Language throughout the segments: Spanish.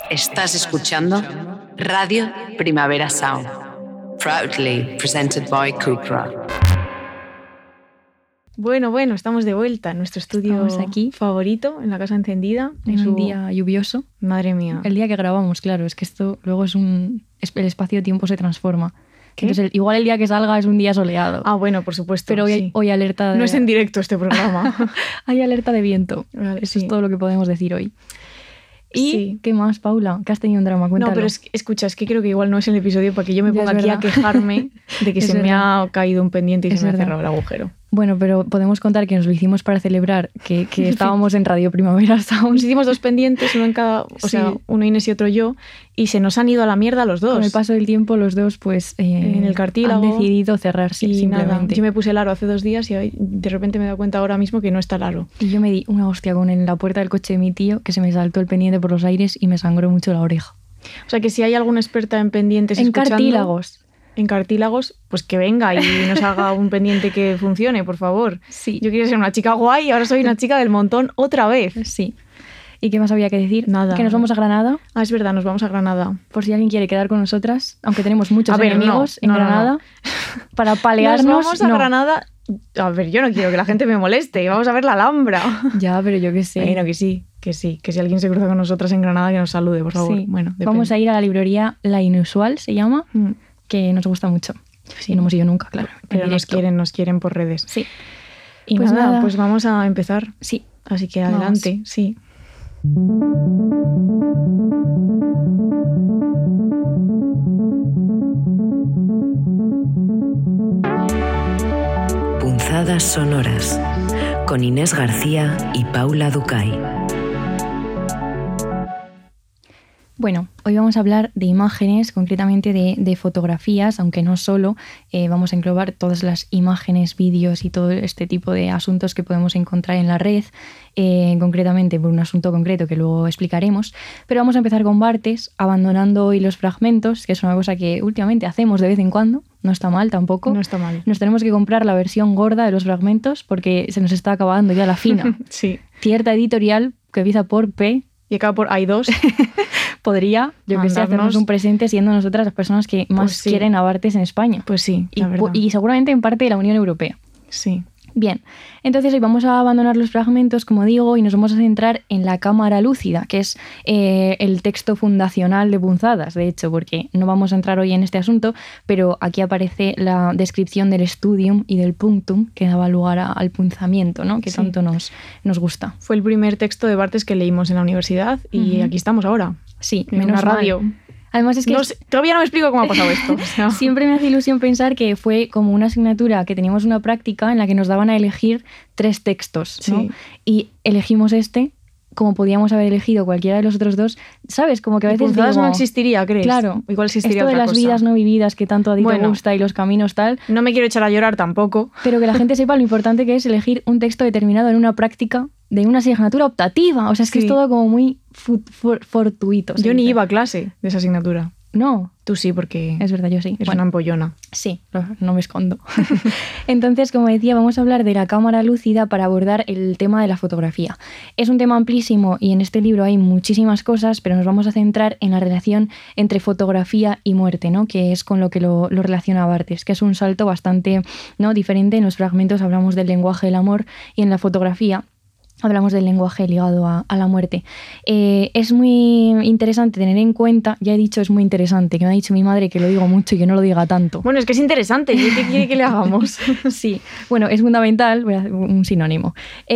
Estás escuchando Radio Primavera Sound, proudly presented by Cupra. Bueno, estamos de vuelta en nuestro estudio aquí favorito, en la casa encendida. En un día lluvioso. Madre mía. El día que grabamos, claro, es que esto luego el espacio-tiempo se transforma. ¿Qué? Entonces, igual el día que salga es un día soleado. Ah, bueno, por supuesto. Pero hoy alerta de... No es en directo este programa. Hay alerta de viento. Vale, Eso es todo lo que podemos decir hoy. ¿Y qué más, Paula? ¿Que has tenido un drama? Cuéntalo. No, pero escucha, es que creo que igual no es el episodio para que yo me ponga aquí a quejarme de que se me ha caído un pendiente y se me ha cerrado el agujero. Bueno, pero podemos contar que nos lo hicimos para celebrar que estábamos en Radio Primavera Sound. Nos hicimos 2 pendientes, uno en cada, sea, uno Inés y otro yo, y se nos han ido a la mierda los dos. Con el paso del tiempo, los dos, pues, en el cartílago han decidido cerrarse y simplemente. Nada, yo me puse el aro hace 2 días y hoy, de repente me he dado cuenta ahora mismo que no está el aro. Y yo me di una hostia con la puerta del coche de mi tío, que se me saltó el pendiente por los aires y me sangró mucho la oreja. O sea que si hay alguna experta en pendientes en cartílagos. En cartílagos, pues que venga y nos haga un pendiente que funcione, por favor. Sí. Yo quería ser una chica guay y ahora soy una chica del montón otra vez. Sí. ¿Y qué más había que decir? Nada. Que nos vamos a Granada. Ah, es verdad, nos vamos a Granada. Por si alguien quiere quedar con nosotras, aunque tenemos muchos enemigos en Granada. No. Para palearnos. Nos vamos a Granada. A ver, yo no quiero que la gente me moleste. Vamos a ver la Alhambra. Ya, pero yo qué sé. Bueno, que sí. Que si alguien se cruza con nosotras en Granada, que nos salude, por favor. Sí. Bueno, vamos a ir a la librería La Inusual, se llama, que nos gusta mucho. Sí, no hemos ido nunca, claro. Pero nos quieren por redes. Sí. Y pues nada, pues vamos a empezar. Sí. Así que adelante, vamos. Sí. Punzadas sonoras con Inés García y Paula Ducay. Bueno, hoy vamos a hablar de imágenes, concretamente de fotografías, aunque no solo, vamos a englobar todas las imágenes, vídeos y todo este tipo de asuntos que podemos encontrar en la red, concretamente por un asunto concreto que luego explicaremos. Pero vamos a empezar con Barthes, abandonando hoy los fragmentos, que es una cosa que últimamente hacemos de vez en cuando. No está mal tampoco. No está mal. Nos tenemos que comprar la versión gorda de los fragmentos porque se nos está acabando ya la fina. Sí. Cierta editorial que empieza por P y acaba por hay 2. Podría, yo que sé, hacernos un presente siendo nosotras las personas que más quieren a Barthes en España. Pues sí, la verdad. Y seguramente en parte de la Unión Europea. Sí. Bien, entonces hoy vamos a abandonar los fragmentos, como digo, y nos vamos a centrar en la cámara lúcida, que es el texto fundacional de Punzadas, de hecho, porque no vamos a entrar hoy en este asunto, pero aquí aparece la descripción del studium y del punctum que daba lugar al punzamiento, ¿no? Que tanto nos gusta. Fue el primer texto de Barthes que leímos en la universidad y aquí estamos ahora. Sí, en una radio. Además es que todavía no me explico cómo ha pasado esto. O sea. Siempre me hace ilusión pensar que fue como una asignatura que teníamos una práctica en la que nos daban a elegir 3 textos, ¿no? Sí. Y elegimos este, como podíamos haber elegido cualquiera de los otros 2, ¿sabes? Como que a veces Punzadas no existiría, ¿crees? Claro. Igual existiría esto de otra las cosa. vidas no vividas que tanto a ti te gusta y los caminos tal. No me quiero echar a llorar tampoco. Pero que la gente sepa lo importante que es elegir un texto determinado en una práctica de una asignatura optativa. O sea, es que es todo como muy fortuito. Yo ni iba a clase de esa asignatura. No. Tú sí, porque es verdad, yo sí. Es una ampollona. Sí, no me escondo. Entonces, como decía, vamos a hablar de la cámara lúcida para abordar el tema de la fotografía. Es un tema amplísimo y en este libro hay muchísimas cosas, pero nos vamos a centrar en la relación entre fotografía y muerte, ¿no? Que es con lo que lo relaciona Barthes, que es un salto bastante, ¿no?, diferente. En los fragmentos hablamos del lenguaje del amor y en la fotografía hablamos del lenguaje ligado a la muerte. Es muy interesante tener en cuenta, ya he dicho es muy interesante, que me ha dicho mi madre que lo digo mucho y que no lo diga tanto. Bueno, es que es interesante, ¿y qué quiere que le hagamos? Sí, bueno, es fundamental, voy a hacer un sinónimo,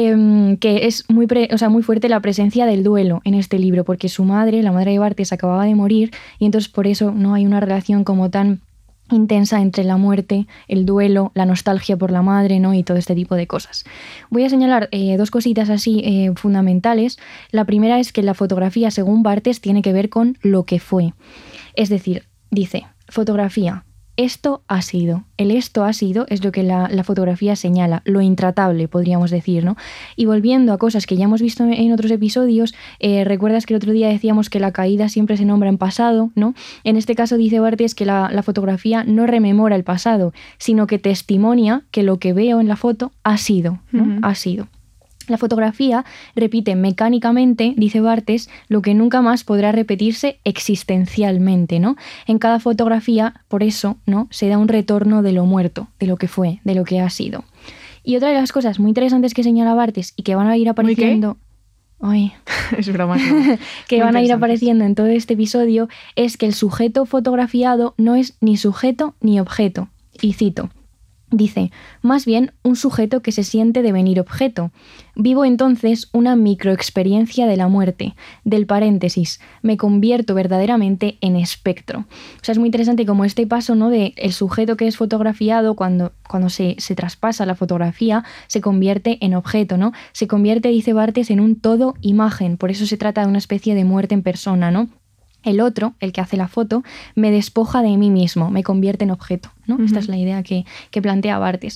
que es muy fuerte la presencia del duelo en este libro, porque su madre, la madre de Barthes, acababa de morir y entonces por eso no hay una relación como tan intensa entre la muerte, el duelo, la nostalgia por la madre, ¿no? Y todo este tipo de cosas. Voy a señalar 2 cositas así fundamentales. La primera es que la fotografía, según Barthes, tiene que ver con lo que fue. Es decir, dice, fotografía, esto ha sido. El esto ha sido es lo que la fotografía señala, lo intratable, podríamos decir, ¿no? Y volviendo a cosas que ya hemos visto en otros episodios, recuerdas que el otro día decíamos que la caída siempre se nombra en pasado, ¿no? En este caso dice Barthes que la fotografía no rememora el pasado, sino que testimonia que lo que veo en la foto ha sido, ¿no? Ha sido. La fotografía repite mecánicamente, dice Barthes, lo que nunca más podrá repetirse existencialmente, ¿no? En cada fotografía, por eso, ¿no?, se da un retorno de lo muerto, de lo que fue, de lo que ha sido. Y otra de las cosas muy interesantes que señala Barthes y que van a ir apareciendo... Ay. Es broma. Que van a ir apareciendo en todo este episodio es que el sujeto fotografiado no es ni sujeto ni objeto. Y cito. Dice, más bien un sujeto que se siente devenir objeto. Vivo entonces una microexperiencia de la muerte, del paréntesis, me convierto verdaderamente en espectro. O sea, es muy interesante como este paso, ¿no?, de el sujeto que es fotografiado cuando se traspasa la fotografía se convierte en objeto, ¿no? Se convierte, dice Barthes, en un todo imagen, por eso se trata de una especie de muerte en persona, ¿no? El otro, el que hace la foto, me despoja de mí mismo, me convierte en objeto, ¿no? Esta es la idea que plantea Barthes.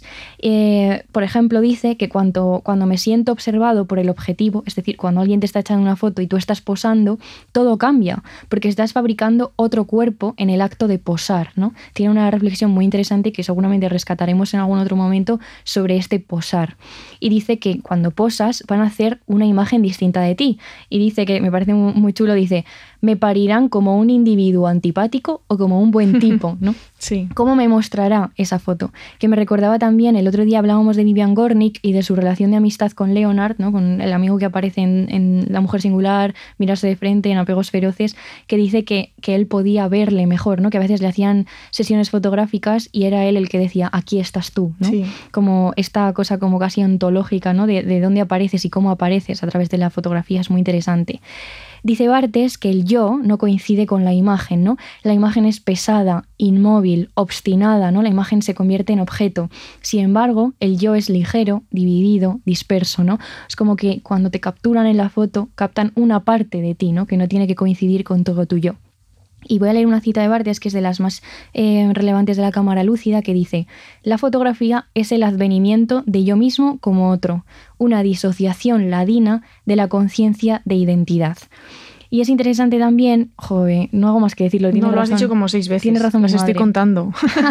Por ejemplo, dice que cuando me siento observado por el objetivo, es decir, cuando alguien te está echando una foto y tú estás posando, todo cambia, porque estás fabricando otro cuerpo en el acto de posar, ¿no? Tiene una reflexión muy interesante que seguramente rescataremos en algún otro momento sobre este posar. Y dice que cuando posas van a hacer una imagen distinta de ti. Y dice que, me parece muy chulo, dice, me parirán como un individuo antipático o como un buen tipo, ¿no? Sí. ¿Cómo me mostrará esa foto? Que me recordaba también, el otro día hablábamos de Vivian Gornick y de su relación de amistad con Leonard, ¿no?, con el amigo que aparece en La mujer singular, Mirarse de frente, en Apegos feroces, que dice que él podía verle mejor, ¿no?, que a veces le hacían sesiones fotográficas y era él el que decía, aquí estás tú, ¿no? Sí. Como esta cosa como casi ontológica, ¿no?, de dónde apareces y cómo apareces a través de la fotografía, es muy interesante. Dice Barthes que el yo no coincide con la imagen, ¿no? La imagen es pesada, inmóvil, obstinada, ¿no? La imagen se convierte en objeto. Sin embargo, el yo es ligero, dividido, disperso, ¿no? Es como que cuando te capturan en la foto, captan una parte de ti, ¿no?, que no tiene que coincidir con todo tu yo. Y voy a leer una cita de Barthes que es de las más relevantes de la cámara lúcida, que dice: la fotografía es el advenimiento de yo mismo como otro, una disociación ladina de la conciencia de identidad. Y es interesante también, joder, no hago más que decirlo. No, lo has dicho como 6 veces. Tienes razón, las estoy contando.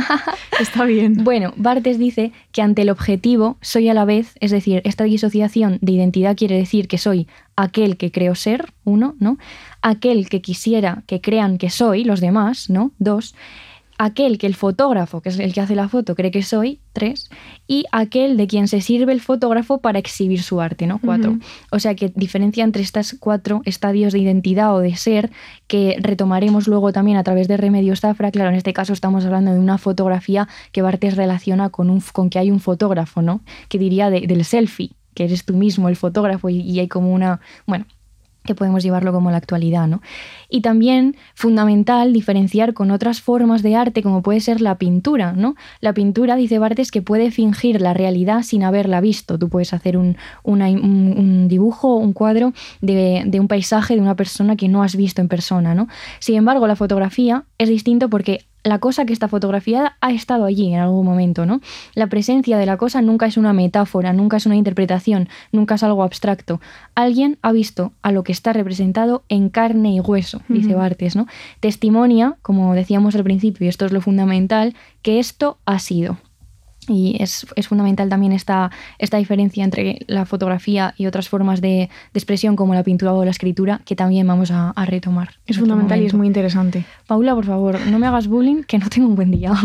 Está bien. Bueno, Barthes dice que ante el objetivo soy a la vez, es decir, esta disociación de identidad quiere decir que soy aquel que creo ser, 1, ¿no? Aquel que quisiera que crean que soy, los demás, ¿no? 2. Aquel que el fotógrafo, que es el que hace la foto, cree que soy, 3, y aquel de quien se sirve el fotógrafo para exhibir su arte, ¿no? 4. Uh-huh. O sea que diferencia entre estos 4 estadios de identidad o de ser que retomaremos luego también a través de Remedios Zafra. Claro, en este caso estamos hablando de una fotografía que Barthes relaciona con que hay un fotógrafo, ¿no? Que diría del selfie, que eres tú mismo el fotógrafo y hay como una... Bueno, que podemos llevarlo como la actualidad, ¿no? Y también fundamental diferenciar con otras formas de arte como puede ser la pintura, ¿no? La pintura, dice Barthes, que puede fingir la realidad sin haberla visto. Tú puedes hacer un dibujo, un cuadro de un paisaje de una persona que no has visto en persona, ¿no? Sin embargo, la fotografía es distinto porque la cosa que está fotografiada ha estado allí en algún momento, ¿no? La presencia de la cosa nunca es una metáfora, nunca es una interpretación, nunca es algo abstracto. Alguien ha visto a lo que está representado en carne y hueso, dice Barthes, ¿no? Testimonia, como decíamos al principio, y esto es lo fundamental, que esto ha sido. Y es fundamental también esta diferencia entre la fotografía y otras formas de expresión como la pintura o la escritura, que también vamos a retomar. Es fundamental y es muy interesante. Paula, por favor, no me hagas bullying, que no tengo un buen día.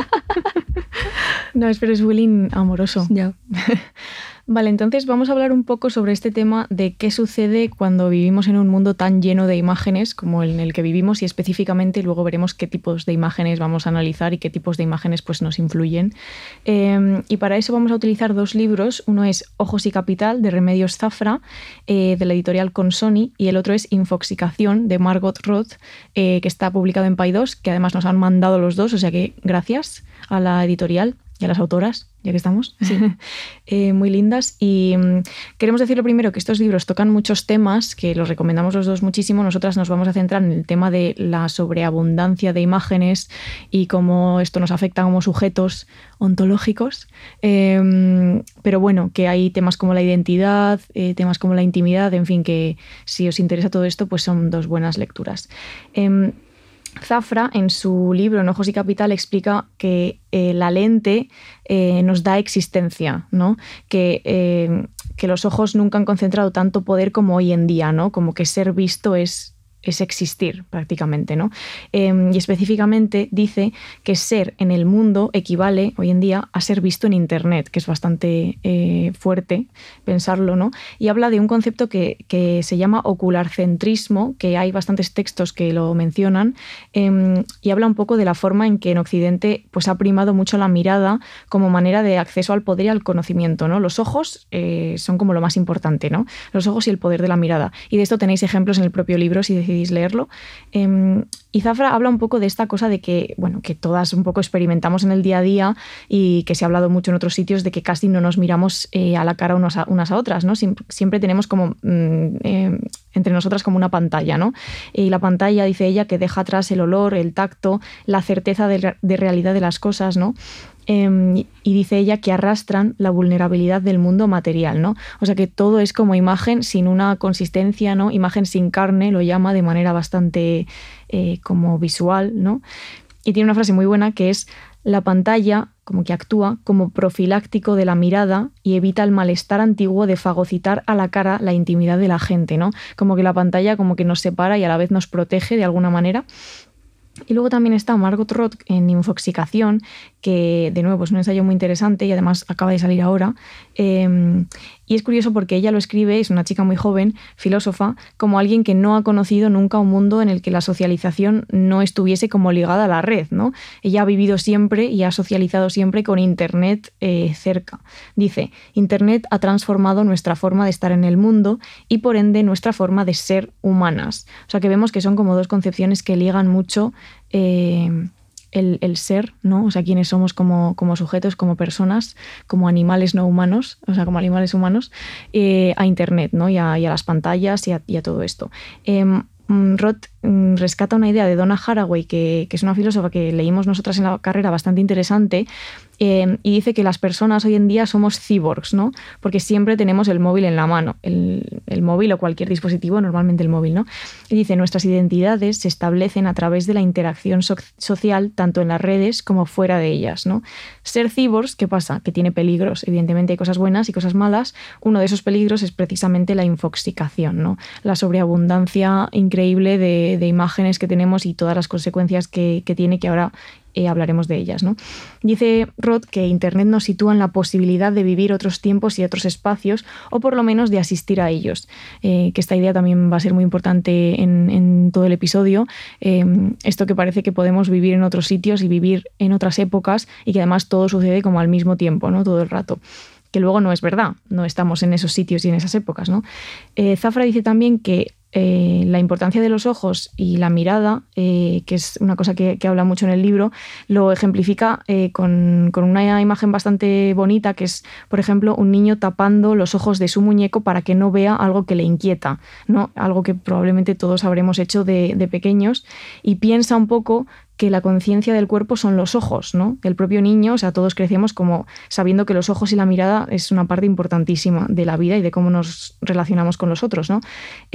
No, pero es bullying amoroso. Ya. Vale, entonces vamos a hablar un poco sobre este tema de qué sucede cuando vivimos en un mundo tan lleno de imágenes como en el que vivimos, y específicamente luego veremos qué tipos de imágenes vamos a analizar y qué tipos de imágenes pues, nos influyen. Y para eso vamos a utilizar 2 libros. Uno es Ojos y Capital, de Remedios Zafra, de la editorial Consoni, y el otro es Infoxicación, de Margot Roth, que está publicado en Paidós, que además nos han mandado los 2, o sea que gracias a la editorial y a las autoras, ya que estamos, sí. Muy lindas. Y queremos decir lo primero, que estos libros tocan muchos temas, que los recomendamos los 2 muchísimo. Nosotras nos vamos a centrar en el tema de la sobreabundancia de imágenes y cómo esto nos afecta como sujetos ontológicos. Pero bueno, que hay temas como la identidad, temas como la intimidad, en fin, que si os interesa todo esto, pues son 2 buenas lecturas. Zafra, en su libro En Ojos y Capital, explica que la lente nos da existencia, ¿no? Que que los ojos nunca han concentrado tanto poder como hoy en día, ¿no? Como que ser visto es existir prácticamente, ¿no? Y específicamente dice que ser en el mundo equivale hoy en día a ser visto en Internet, que es bastante fuerte pensarlo, ¿no? Y habla de un concepto que se llama ocularcentrismo, que hay bastantes textos que lo mencionan, y habla un poco de la forma en que en Occidente pues, ha primado mucho la mirada como manera de acceso al poder y al conocimiento, ¿no? Los ojos son como lo más importante, ¿no? Los ojos y el poder de la mirada. Y de esto tenéis ejemplos en el propio libro si decidís leerlo. Y Zafra habla un poco de esta cosa de que, bueno, que todas un poco experimentamos en el día a día y que se ha hablado mucho en otros sitios de que casi no nos miramos a la cara unas a otras, ¿no? Siempre tenemos como entre nosotras como una pantalla, ¿no? Y la pantalla, dice ella, que deja atrás el olor, el tacto, la certeza de realidad de las cosas, ¿no? Y dice ella que arrastran la vulnerabilidad del mundo material, ¿no? O sea que todo es como imagen sin una consistencia, ¿no? Imagen sin carne, lo llama de manera bastante como visual, ¿no? Y tiene una frase muy buena que es: la pantalla como que actúa como profiláctico de la mirada y evita el malestar antiguo de fagocitar a la cara la intimidad de la gente, ¿no? Como que la pantalla como que nos separa y a la vez nos protege de alguna manera. Y luego también está Margot Roth en Infoxicación, que de nuevo es un ensayo muy interesante y además acaba de salir ahora. Y es curioso porque ella lo escribe, es una chica muy joven, filósofa, como alguien que no ha conocido nunca un mundo en el que la socialización no estuviese como ligada a la red, ¿no? Ella ha vivido siempre y ha socializado siempre con Internet cerca. Dice: Internet ha transformado nuestra forma de estar en el mundo y por ende nuestra forma de ser humanas. O sea que vemos que son como dos concepciones que ligan mucho el ser, ¿no? O sea, quiénes somos como sujetos, como personas, como animales no humanos, o sea, como animales humanos, a Internet, ¿no? Y a las pantallas y a todo esto. Roth rescata una idea de Donna Haraway, que es una filósofa que leímos nosotras en la carrera, bastante interesante, y dice que las personas hoy en día somos cyborgs, ¿no? Porque siempre tenemos el móvil en la mano, el móvil o cualquier dispositivo, normalmente el móvil, ¿no? Y dice: nuestras identidades se establecen a través de la interacción social, tanto en las redes como fuera de ellas, ¿no? Ser cyborgs, ¿qué pasa? Que tiene peligros, evidentemente hay cosas buenas y cosas malas. Uno de esos peligros es precisamente la infoxicación, ¿no? La sobreabundancia increíble de imágenes que tenemos y todas las consecuencias que tiene, que ahora hablaremos de ellas, ¿no? Dice Roth que Internet nos sitúa en la posibilidad de vivir otros tiempos y otros espacios, o por lo menos de asistir a ellos. Que esta idea también va a ser muy importante en todo el episodio. Esto que parece que podemos vivir en otros sitios y vivir en otras épocas y que además todo sucede como al mismo tiempo, ¿no? Todo el rato. Que luego no es verdad, no estamos en esos sitios y en esas épocas, ¿no? Zafra dice también que la importancia de los ojos y la mirada, que es una cosa que habla mucho en el libro, lo ejemplifica con una imagen bastante bonita, que es, por ejemplo, un niño tapando los ojos de su muñeco para que no vea algo que le inquieta, ¿no? Algo que probablemente todos habremos hecho de pequeños, y piensa un poco que la conciencia del cuerpo son los ojos, ¿no? El propio niño, o sea, todos crecemos como sabiendo que los ojos y la mirada es una parte importantísima de la vida y de cómo nos relacionamos con los otros, ¿no?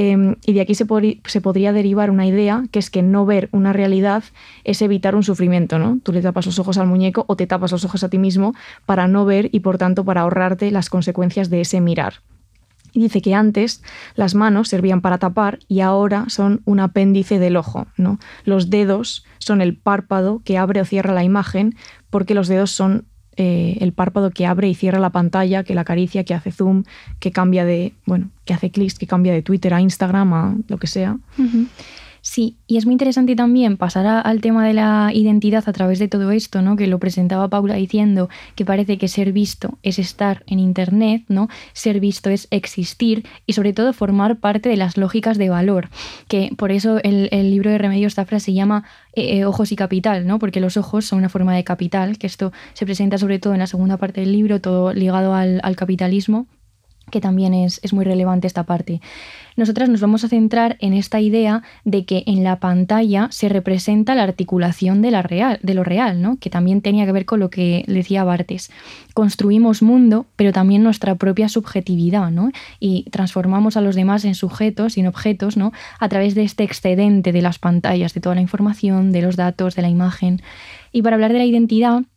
Y de aquí se podría derivar una idea, que es que no ver una realidad es evitar un sufrimiento, ¿no? Tú le tapas los ojos al muñeco o te tapas los ojos a ti mismo para no ver y, por tanto, para ahorrarte las consecuencias de ese mirar. Y dice que antes las manos servían para tapar y ahora son un apéndice del ojo, ¿no? Los dedos son el párpado que abre o cierra la imagen, porque los dedos son el párpado que abre y cierra la pantalla, que la acaricia, que hace zoom, que cambia que hace clics, que cambia de Twitter a Instagram, a lo que sea. Uh-huh. Sí, y es muy interesante también pasar al tema de la identidad a través de todo esto, ¿no? Que lo presentaba Paula diciendo que parece que ser visto es estar en Internet, ¿no? Ser visto es existir y sobre todo formar parte de las lógicas de valor, que por eso el libro de Remedios Zafra se llama Ojos y Capital, ¿no? Porque los ojos son una forma de capital, que esto se presenta sobre todo en la segunda parte del libro, todo ligado al capitalismo, que también es muy relevante esta parte. Nosotras nos vamos a centrar en esta idea de que en la pantalla se representa la articulación de lo real, ¿no? Que también tenía que ver con lo que decía Barthes. Construimos mundo, pero también nuestra propia subjetividad, ¿no? Y transformamos a los demás en sujetos y en objetos, ¿no? A través de este excedente de las pantallas, de toda la información, de los datos, de la imagen. Y para hablar de la identidad,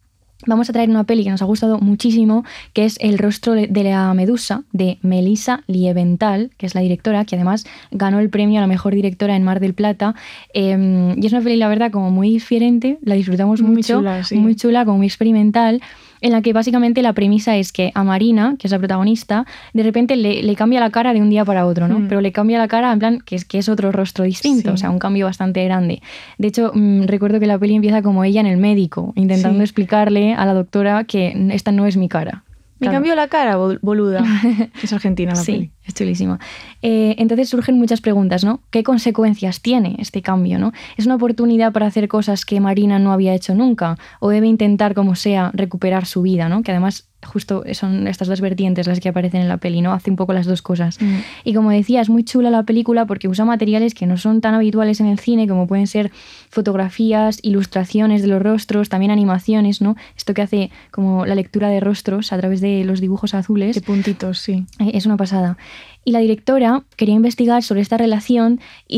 vamos a traer una peli que nos ha gustado muchísimo, que es El rostro de la medusa, de Melissa Liebenthal, que es la directora, que además ganó el premio a la mejor directora en Mar del Plata. Y es una peli, la verdad, como muy diferente, la disfrutamos mucho, chula, sí. muy chula, como muy experimental, en la que básicamente la premisa es que a Marina, que es la protagonista, de repente le cambia la cara de un día para otro, ¿no? Pero le cambia la cara en plan que es otro rostro distinto, Sí. o sea, un cambio bastante grande. De hecho, recuerdo que la peli empieza como ella en el médico, intentando explicarle a la doctora que esta no es mi cara. Me cambió la cara, boluda. Es argentina la peli. Sí, es chulísima. Entonces surgen muchas preguntas, ¿no? ¿Qué consecuencias tiene este cambio, ¿no? ¿Es una oportunidad para hacer cosas que Marina no había hecho nunca? ¿O debe intentar, como sea, recuperar su vida, ¿no? Que además justo son estas dos vertientes las que aparecen en la peli, ¿no? Hace un poco las dos cosas. Y como decía, es muy chula la película porque usa materiales que no son tan habituales en el cine, como pueden ser fotografías, ilustraciones de los rostros, también animaciones, ¿no? Esto que hace como la lectura de rostros a través de los dibujos azules. De puntitos, sí. Es una pasada. Y la directora quería investigar sobre esta relación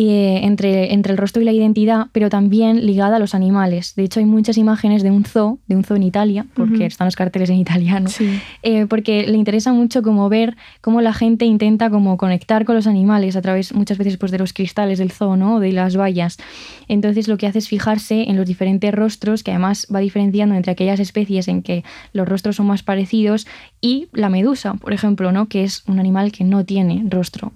entre el rostro y la identidad, pero también ligada a los animales. De hecho, hay muchas imágenes de un zoo en Italia, porque están los carteles en italiano, porque le interesa mucho como ver cómo la gente intenta como conectar con los animales a través muchas veces pues, de los cristales del zoo, ¿no? O de las vallas. Entonces lo que hace es fijarse en los diferentes rostros, que además va diferenciando entre aquellas especies en que los rostros son más parecidos y la medusa, por ejemplo, ¿no? Que es un animal que no tiene rostro.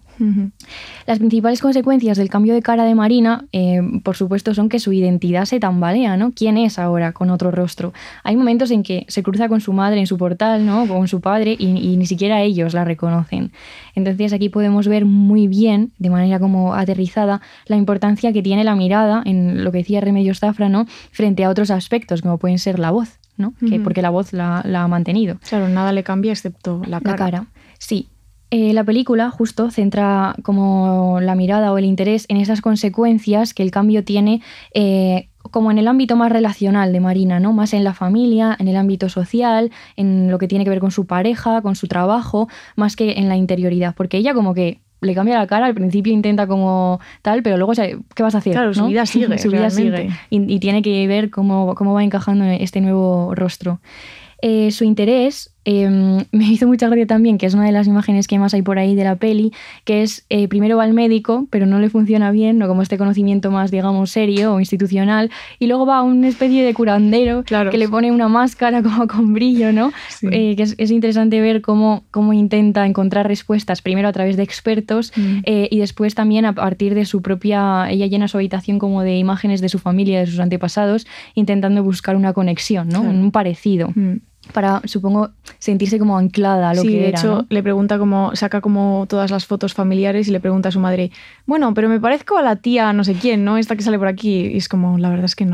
Las principales consecuencias del cambio de cara de Marina, por supuesto, son que su identidad se tambalea, ¿no? ¿Quién es ahora con otro rostro? Hay momentos en que se cruza con su madre en su portal, ¿no? Con su padre y ni siquiera ellos la reconocen. Entonces aquí podemos ver muy bien, de manera como aterrizada, la importancia que tiene la mirada, en lo que decía Remedios Zafra, ¿no? Frente a otros aspectos, como pueden ser la voz, ¿no? Porque la voz la ha mantenido. Claro, nada le cambia excepto la cara. La cara, sí. La película justo centra como la mirada o el interés en esas consecuencias que el cambio tiene como en el ámbito más relacional de Marina, ¿no? Más en la familia, en el ámbito social, en lo que tiene que ver con su pareja, con su trabajo, más que en la interioridad, porque ella como que le cambia la cara, al principio intenta como tal, pero luego, ¿qué vas a hacer? Claro, ¿no? su vida sigue. Su vida sigue y tiene que ver cómo va encajando en este nuevo rostro. Su interés me hizo mucha gracia también, que es una de las imágenes que más hay por ahí de la peli, que es primero va al médico, pero no le funciona bien, no como este conocimiento más, digamos, serio o institucional, y luego va a una especie de curandero que le pone una máscara como con brillo, ¿no? Sí. Que es interesante ver cómo intenta encontrar respuestas, primero a través de expertos y después también a partir de su propia... Ella llena su habitación como de imágenes de su familia, de sus antepasados, intentando buscar una conexión, ¿no? Un parecido. Para, supongo, sentirse como anclada a lo que era. Sí, de hecho, ¿no? le pregunta saca como todas las fotos familiares y le pregunta a su madre, bueno, pero me parezco a la tía no sé quién, ¿no? Esta que sale por aquí. Y es como, la verdad es que no.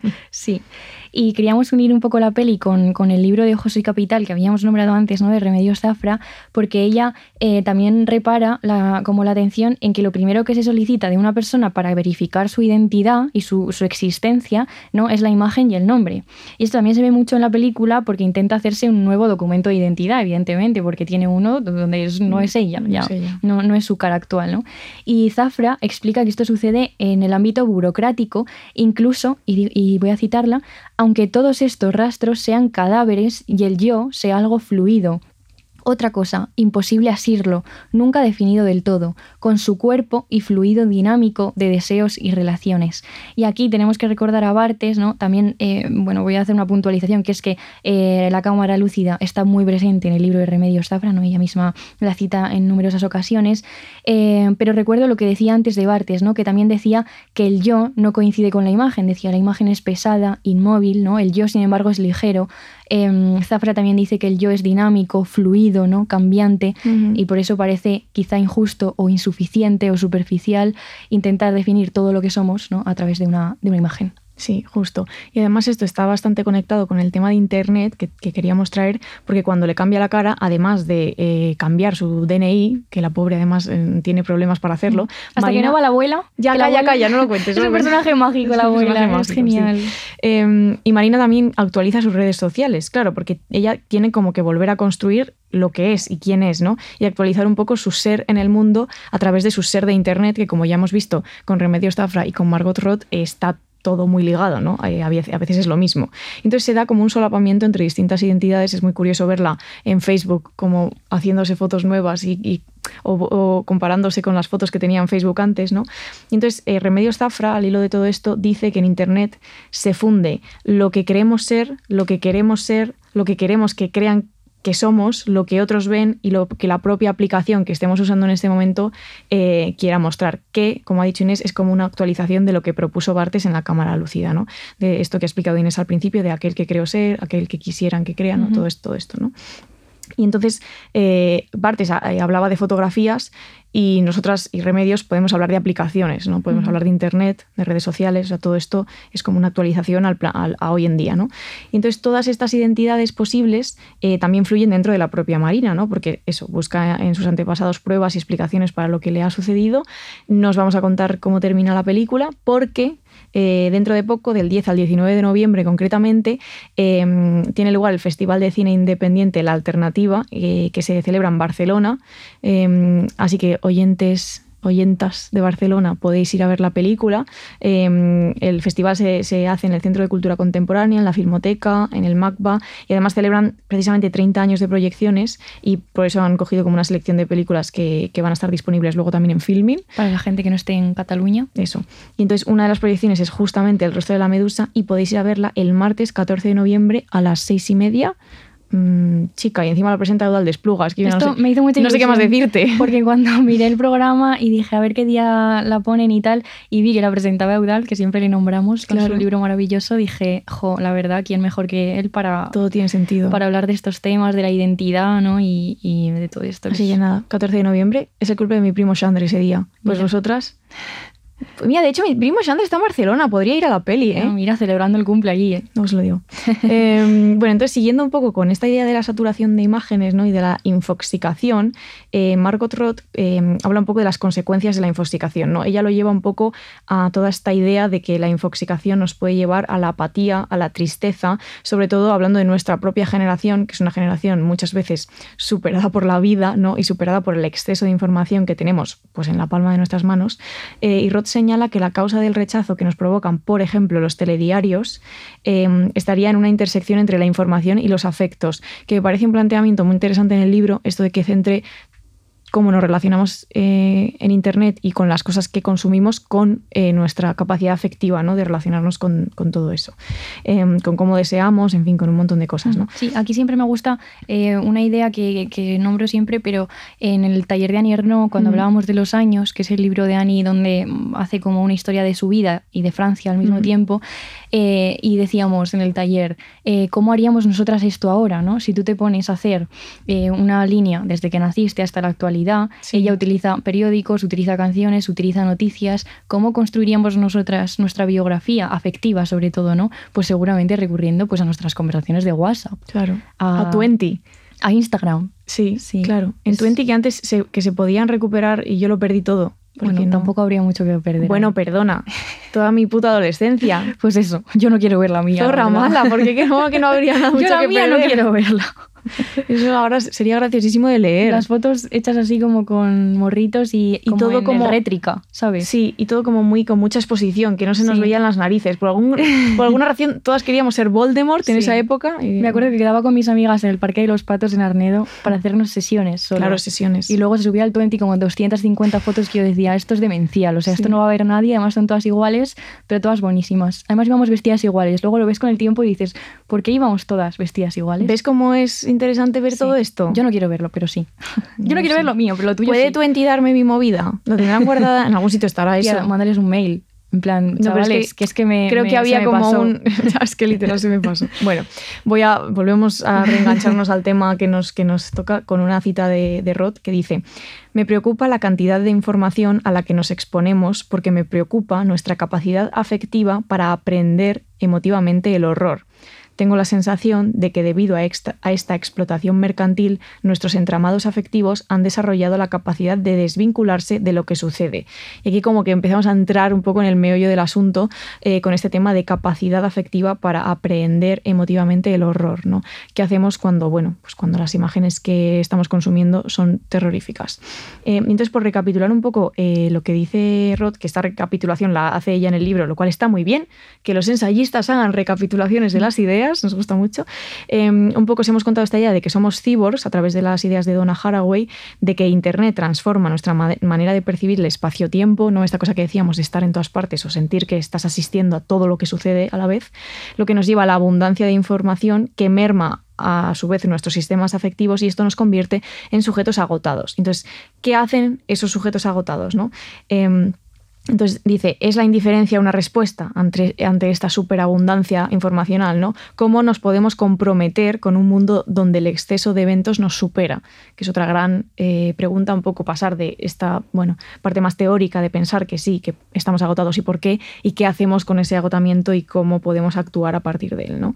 Sí. Y queríamos unir un poco la peli con el libro de Ojos y Capital que habíamos nombrado antes, ¿no? De Remedios Zafra, porque ella también repara como la atención en que lo primero que se solicita de una persona para verificar su identidad y su existencia, ¿no? Es la imagen y el nombre. Y esto también se ve mucho en la película porque intenta hacerse un nuevo documento de identidad, evidentemente, porque tiene uno donde no es ella, no es su cara actual, ¿no? Y Zafra explica que esto sucede en el ámbito burocrático, incluso, y voy a citarla, aunque todos estos rastros sean cadáveres y el yo sea algo fluido. Otra cosa, imposible asirlo, nunca definido del todo, con su cuerpo y fluido dinámico de deseos y relaciones. Y aquí tenemos que recordar a Barthes, ¿no? También, voy a hacer una puntualización, que es que la cámara lúcida está muy presente en el libro de Remedios Zafra, ¿no? Ella misma la cita en numerosas ocasiones, pero recuerdo lo que decía antes de Barthes, ¿no? Que también decía que el yo no coincide con la imagen, decía la imagen es pesada, inmóvil, ¿no? El yo, sin embargo, es ligero. Zafra también dice que el yo es dinámico, fluido, ¿no? Cambiante, y por eso parece quizá injusto o insuficiente o superficial intentar definir todo lo que somos, ¿no? A través de una imagen. Sí, justo. Y además esto está bastante conectado con el tema de Internet que queríamos traer, porque cuando le cambia la cara, además de cambiar su DNI, que la pobre además tiene problemas para hacerlo... Hasta Marina, que no va la abuela. Ya, calla, no lo cuentes. Es un personaje mágico la abuela, es genial. Sí. Y Marina también actualiza sus redes sociales, claro, porque ella tiene como que volver a construir lo que es y quién es, ¿no? Y actualizar un poco su ser en el mundo a través de su ser de Internet, que como ya hemos visto con Remedios Zafra y con Margot Roth, está todo muy ligado, ¿no? A veces es lo mismo. Entonces se da como un solapamiento entre distintas identidades. Es muy curioso verla en Facebook como haciéndose fotos nuevas o comparándose con las fotos que tenía en Facebook antes, ¿no? Y entonces Remedios Zafra, al hilo de todo esto, dice que en Internet se funde lo que queremos ser, lo que queremos que crean que somos, lo que otros ven y lo que la propia aplicación que estemos usando en este momento quiera mostrar, que, como ha dicho Inés, es como una actualización de lo que propuso Barthes en la cámara lúcida, ¿no? De esto que ha explicado Inés al principio, de aquel que creo ser, aquel que quisieran que crea, ¿no? Todo esto, ¿no? Y entonces Barthes hablaba de fotografías y nosotras y Remedios podemos hablar de aplicaciones, ¿no? Podemos hablar de Internet, de redes sociales, o sea, todo esto es como una actualización a hoy en día, ¿no? Y entonces todas estas identidades posibles también fluyen dentro de la propia Marina, ¿no? Porque eso, busca en sus antepasados pruebas y explicaciones para lo que le ha sucedido. Nos vamos a contar cómo termina la película porque dentro de poco, del 10 al 19 de noviembre concretamente, tiene lugar el Festival de Cine Independiente La Alternativa, que se celebra en Barcelona. Así que oyentas de Barcelona, podéis ir a ver la película. El festival se hace en el Centro de Cultura Contemporánea, en la Filmoteca, en el MACBA, y además celebran precisamente 30 años de proyecciones y por eso han cogido como una selección de películas que van a estar disponibles luego también en Filmin. Para la gente que no esté en Cataluña. Eso. Y entonces una de las proyecciones es justamente El rostro de la medusa y podéis ir a verla el martes 14 de noviembre a las 6:30. Chica, y encima la presenta Eudald Esplugas. Que esto no sé, me hizo mucha ilusión, no sé qué más decirte. Porque cuando miré el programa y dije a ver qué día la ponen y tal, y vi que la presentaba Eudald, que siempre le nombramos con su libro maravilloso, dije, la verdad, ¿quién mejor que él para... Todo tiene sentido. Para hablar de estos temas, de la identidad, ¿no? Y de todo esto. Así que nada, 14 de noviembre es el cumple de mi primo Xander ese día. Pues vosotras... Pues mira, de hecho, mi primo Xander está en Barcelona, podría ir a la peli, ¿eh? No, mira, celebrando el cumple allí, ¿eh? No os lo digo. Bueno, entonces, siguiendo un poco con esta idea de la saturación de imágenes, ¿no? Y de la infoxicación, Margot Roth habla un poco de las consecuencias de la infoxicación, ¿no? Ella lo lleva un poco a toda esta idea de que la infoxicación nos puede llevar a la apatía, a la tristeza, sobre todo hablando de nuestra propia generación, que es una generación muchas veces superada por la vida, ¿no? Y superada por el exceso de información que tenemos pues, en la palma de nuestras manos. Y Roth señala que la causa del rechazo que nos provocan, por ejemplo, los telediarios, estaría en una intersección entre la información y los afectos, que me parece un planteamiento muy interesante en el libro, esto de que centre cómo nos relacionamos en Internet y con las cosas que consumimos con nuestra capacidad afectiva, ¿no? De relacionarnos con todo eso, con cómo deseamos, en fin, con un montón de cosas, ¿no? Sí, aquí siempre me gusta una idea que nombro siempre, pero en el taller de Annie Ernaux, cuando hablábamos de Los años, que es el libro de Annie donde hace como una historia de su vida y de Francia al mismo tiempo, y decíamos en el taller, ¿cómo haríamos nosotras esto ahora, ¿no? Si tú te pones a hacer una línea desde que naciste hasta la actualidad, sí. Ella utiliza periódicos, utiliza canciones, utiliza noticias. ¿Cómo construiríamos nosotras nuestra biografía afectiva, sobre todo, ¿no? Pues seguramente recurriendo pues, a nuestras conversaciones de WhatsApp. Claro. A Twenty. A Instagram. Sí, claro. En Twenty que antes se podían recuperar y yo lo perdí todo. Bueno, tampoco habría mucho que perder. Bueno, perdona. Toda mi puta adolescencia. Pues eso, yo no quiero ver la mía. Zorra mala, porque que no habría nada mucho yo la que mía perder. No quiero verla. Eso ahora sería graciosísimo de leer. Las fotos hechas así como con morritos y todo como rétrica, ¿sabes? Sí, y todo como con mucha exposición, que no se nos veían las narices. Por alguna razón todas queríamos ser Voldemort en esa época. Y... Me acuerdo que quedaba con mis amigas en el Parque de los Patos en Arnedo para hacernos sesiones solo. Claro, sesiones. Y luego se subía al Twenty como 250 fotos que yo decía, esto es demencial, o sea, esto no va a ver nadie, además son todas iguales, pero todas buenísimas. Además íbamos vestidas iguales, luego lo ves con el tiempo y dices, ¿por qué íbamos todas vestidas iguales? ¿Ves cómo es interesante ver todo esto? Yo no quiero verlo, pero sí. Yo no quiero ver lo mío, pero lo tuyo ¿Puede sí. Twenty darme mi movida? Lo tendrán guardada, en algún sitio estará eso. Mándales un mail. En plan, chavales, que es que me creo que había como pasó. Es que literal se me pasó. Bueno, volvemos a reengancharnos al tema que nos toca con una cita de Roth que dice: me preocupa la cantidad de información a la que nos exponemos porque me preocupa nuestra capacidad afectiva para aprender emotivamente el horror. tengo la sensación de que debido a esta explotación mercantil, nuestros entramados afectivos han desarrollado la capacidad de desvincularse de lo que sucede. Y aquí como que empezamos a entrar un poco en el meollo del asunto con este tema de capacidad afectiva para aprehender emotivamente el horror, ¿no? ¿Qué hacemos cuando, pues cuando las imágenes que estamos consumiendo son terroríficas? Entonces, por recapitular un poco lo que dice Roth, que esta recapitulación la hace ella en el libro, lo cual está muy bien, que los ensayistas hagan recapitulaciones de las ideas, nos gusta mucho. Un poco os hemos contado esta idea de que somos cyborgs a través de las ideas de Donna Haraway, de que Internet transforma nuestra manera de percibir el espacio-tiempo, ¿no? Esta cosa que decíamos de estar en todas partes o sentir que estás asistiendo a todo lo que sucede a la vez, lo que nos lleva a la abundancia de información que merma a su vez nuestros sistemas afectivos, y esto nos convierte en sujetos agotados. Entonces, ¿qué hacen esos sujetos agotados, ¿no? Entonces dice, ¿es la indiferencia una respuesta ante esta superabundancia informacional, ¿no? ¿Cómo nos podemos comprometer con un mundo donde el exceso de eventos nos supera? Que es otra gran pregunta, un poco pasar de esta parte más teórica de pensar que sí, que estamos agotados y por qué, y qué hacemos con ese agotamiento y cómo podemos actuar a partir de él, ¿no?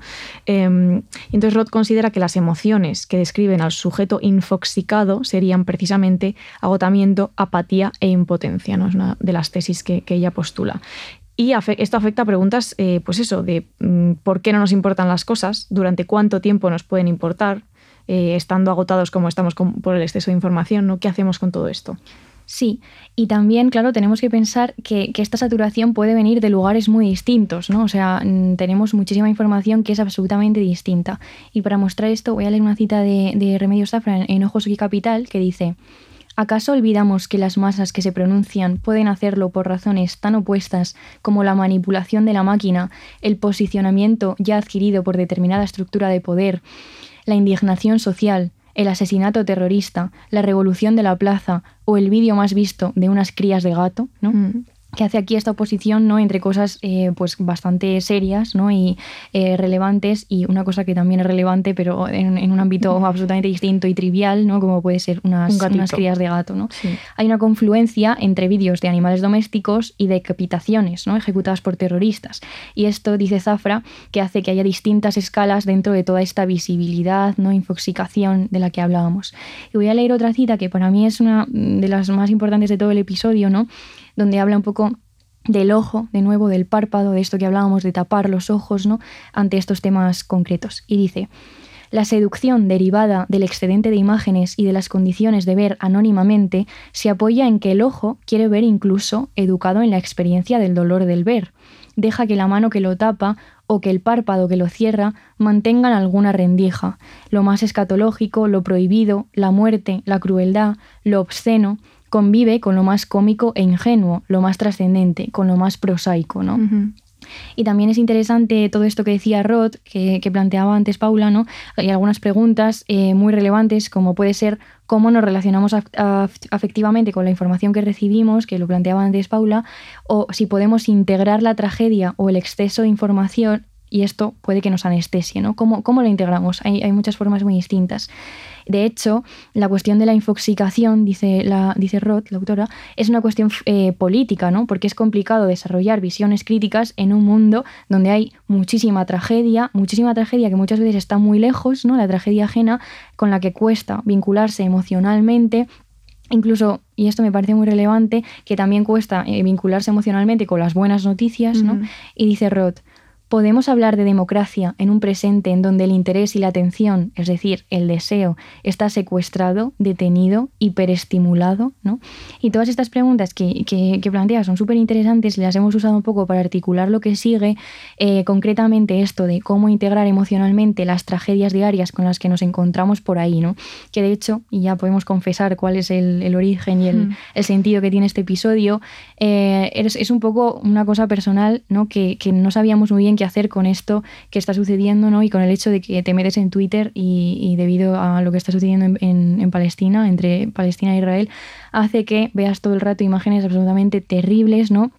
Entonces Roth considera que las emociones que describen al sujeto infoxicado serían precisamente agotamiento, apatía e impotencia, ¿no? Es una de las tesis que ella postula. Y esto afecta a preguntas, pues eso, de por qué no nos importan las cosas, durante cuánto tiempo nos pueden importar, estando agotados como estamos por el exceso de información, ¿no? ¿Qué hacemos con todo esto? Sí, y también, claro, tenemos que pensar que esta saturación puede venir de lugares muy distintos, ¿no? O sea, tenemos muchísima información que es absolutamente distinta. Y para mostrar esto voy a leer una cita de Remedios Zafra en Ojos y Capital, que dice: ¿acaso olvidamos que las masas que se pronuncian pueden hacerlo por razones tan opuestas como la manipulación de la máquina, el posicionamiento ya adquirido por determinada estructura de poder, la indignación social, el asesinato terrorista, la revolución de la plaza o el vídeo más visto de unas crías de gato, ¿no? Que hace aquí esta oposición, ¿no?, entre cosas pues bastante serias, ¿no?, y relevantes, y una cosa que también es relevante pero en un ámbito absolutamente distinto y trivial, ¿no?, como puede ser unas crías de gato, ¿no? Sí. Hay una confluencia entre vídeos de animales domésticos y decapitaciones, ¿no?, ejecutadas por terroristas, y esto, dice Zafra, que hace que haya distintas escalas dentro de toda esta visibilidad, ¿no?, infoxicación de la que hablábamos. Y voy a leer otra cita que para mí es una de las más importantes de todo el episodio, ¿no?, donde habla un poco del ojo, de nuevo, del párpado, de esto que hablábamos de tapar los ojos, ¿no?, ante estos temas concretos. Y dice: la seducción derivada del excedente de imágenes y de las condiciones de ver anónimamente se apoya en que el ojo quiere ver incluso educado en la experiencia del dolor del ver. Deja que la mano que lo tapa o que el párpado que lo cierra mantengan alguna rendija. Lo más escatológico, lo prohibido, la muerte, la crueldad, lo obsceno, convive con lo más cómico e ingenuo, lo más trascendente, con lo más prosaico, ¿no? Uh-huh. Y también es interesante todo esto que decía Roth, que planteaba antes Paula, ¿no? Hay algunas preguntas muy relevantes, como puede ser cómo nos relacionamos afectivamente con la información que recibimos, que lo planteaba antes Paula, o si podemos integrar la tragedia o el exceso de información, y esto puede que nos anestesie, ¿no? ¿Cómo lo integramos? Hay muchas formas muy distintas. De hecho, la cuestión de la infoxicación, dice Roth, la autora, es una cuestión política, ¿no? Porque es complicado desarrollar visiones críticas en un mundo donde hay muchísima tragedia que muchas veces está muy lejos, ¿no?, la tragedia ajena, con la que cuesta vincularse emocionalmente. Incluso, y esto me parece muy relevante, que también cuesta vincularse emocionalmente con las buenas noticias, ¿no? Uh-huh. Y dice Roth: podemos hablar de democracia en un presente en donde el interés y la atención, es decir, el deseo, está secuestrado, detenido, hiperestimulado, ¿no? Y todas estas preguntas que planteas son súper interesantes y las hemos usado un poco para articular lo que sigue, concretamente esto de cómo integrar emocionalmente las tragedias diarias con las que nos encontramos por ahí, ¿no? Que de hecho, y ya podemos confesar cuál es el origen y el sentido que tiene este episodio, es un poco una cosa personal, ¿no?, que no sabíamos muy bien qué hacer con esto que está sucediendo, ¿no?, y con el hecho de que te metes en Twitter y debido a lo que está sucediendo en Palestina, entre Palestina e Israel, hace que veas todo el rato imágenes absolutamente terribles, ¿no?,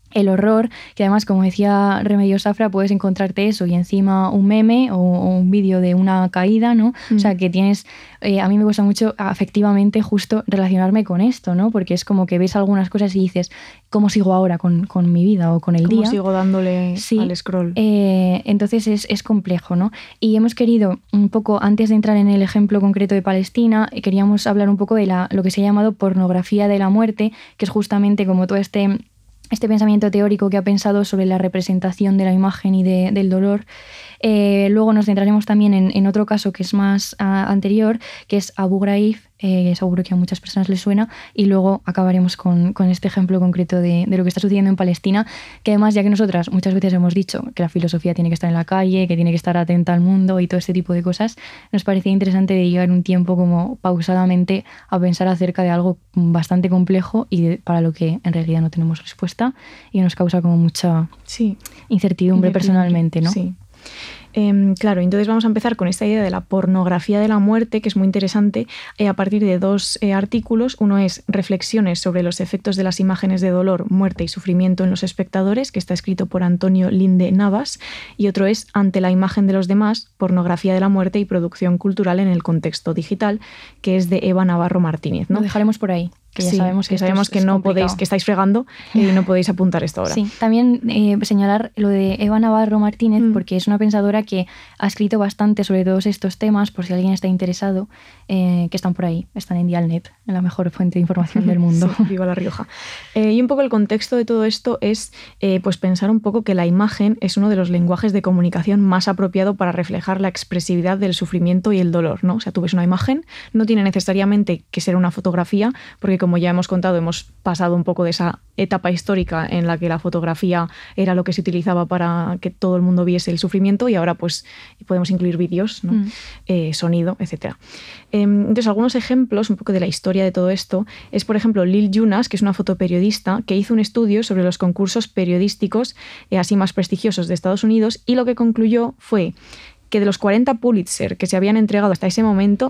el horror, que además, como decía Remedios Safra, puedes encontrarte eso y encima un meme o un vídeo de una caída, ¿no? O sea, que tienes... a mí me gusta mucho afectivamente justo relacionarme con esto, ¿no? Porque es como que ves algunas cosas y dices, ¿cómo sigo ahora con mi vida o con el día? ¿Cómo sigo dándole al scroll? Entonces es complejo, ¿no? Y hemos querido un poco, antes de entrar en el ejemplo concreto de Palestina, queríamos hablar un poco de lo que se ha llamado pornografía de la muerte, que es justamente como todo este pensamiento teórico que ha pensado sobre la representación de la imagen y del dolor. Luego nos centraremos también en otro caso que es más anterior, que es Abu Ghraib, seguro que a muchas personas les suena, y luego acabaremos con este ejemplo concreto de lo que está sucediendo en Palestina, que además, ya que nosotras muchas veces hemos dicho que la filosofía tiene que estar en la calle, que tiene que estar atenta al mundo y todo este tipo de cosas, nos parecía interesante dedicar un tiempo como pausadamente a pensar acerca de algo bastante complejo y para lo que en realidad no tenemos respuesta y nos causa como mucha incertidumbre personalmente, ¿no? Sí. Claro, entonces vamos a empezar con esta idea de la pornografía de la muerte, que es muy interesante, a partir de 2 artículos. Uno es Reflexiones sobre los efectos de las imágenes de dolor, muerte y sufrimiento en los espectadores, que está escrito por Antonio Linde Navas, y otro es Ante la imagen de los demás, pornografía de la muerte y producción cultural en el contexto digital, que es de Eva Navarro Martínez, ¿no? Lo dejaremos por ahí. Que ya sabemos que no podéis, que estáis fregando y no podéis apuntar esto ahora. Sí, también señalar lo de Eva Navarro Martínez, porque es una pensadora que ha escrito bastante sobre todos estos temas, por si alguien está interesado, que están por ahí, están en Dialnet, en la mejor fuente de información del mundo. Sí, viva La Rioja. Y un poco el contexto de todo esto es pues pensar un poco que la imagen es uno de los lenguajes de comunicación más apropiado para reflejar la expresividad del sufrimiento y el dolor, ¿no? O sea, tú ves una imagen, no tiene necesariamente que ser una fotografía, porque como ya hemos contado, hemos pasado un poco de esa etapa histórica en la que la fotografía era lo que se utilizaba para que todo el mundo viese el sufrimiento y ahora pues podemos incluir vídeos, ¿no? Sonido, etc. Entonces, algunos ejemplos un poco de la historia de todo esto es, por ejemplo, Lil Yunas, que es una fotoperiodista que hizo un estudio sobre los concursos periodísticos así más prestigiosos de Estados Unidos, y lo que concluyó fue que de los 40 Pulitzer que se habían entregado hasta ese momento,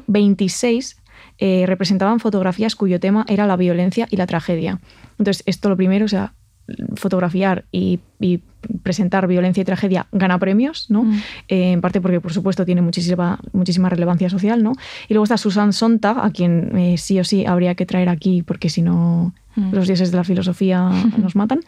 26 representaban fotografías cuyo tema era la violencia y la tragedia. Entonces, esto lo primero, o sea, fotografiar y presentar violencia y tragedia gana premios, ¿no? En parte porque, por supuesto, tiene muchísima relevancia social, ¿no? Y luego está Susan Sontag, a quien sí o sí habría que traer aquí, porque si no los dioses de la filosofía nos matan.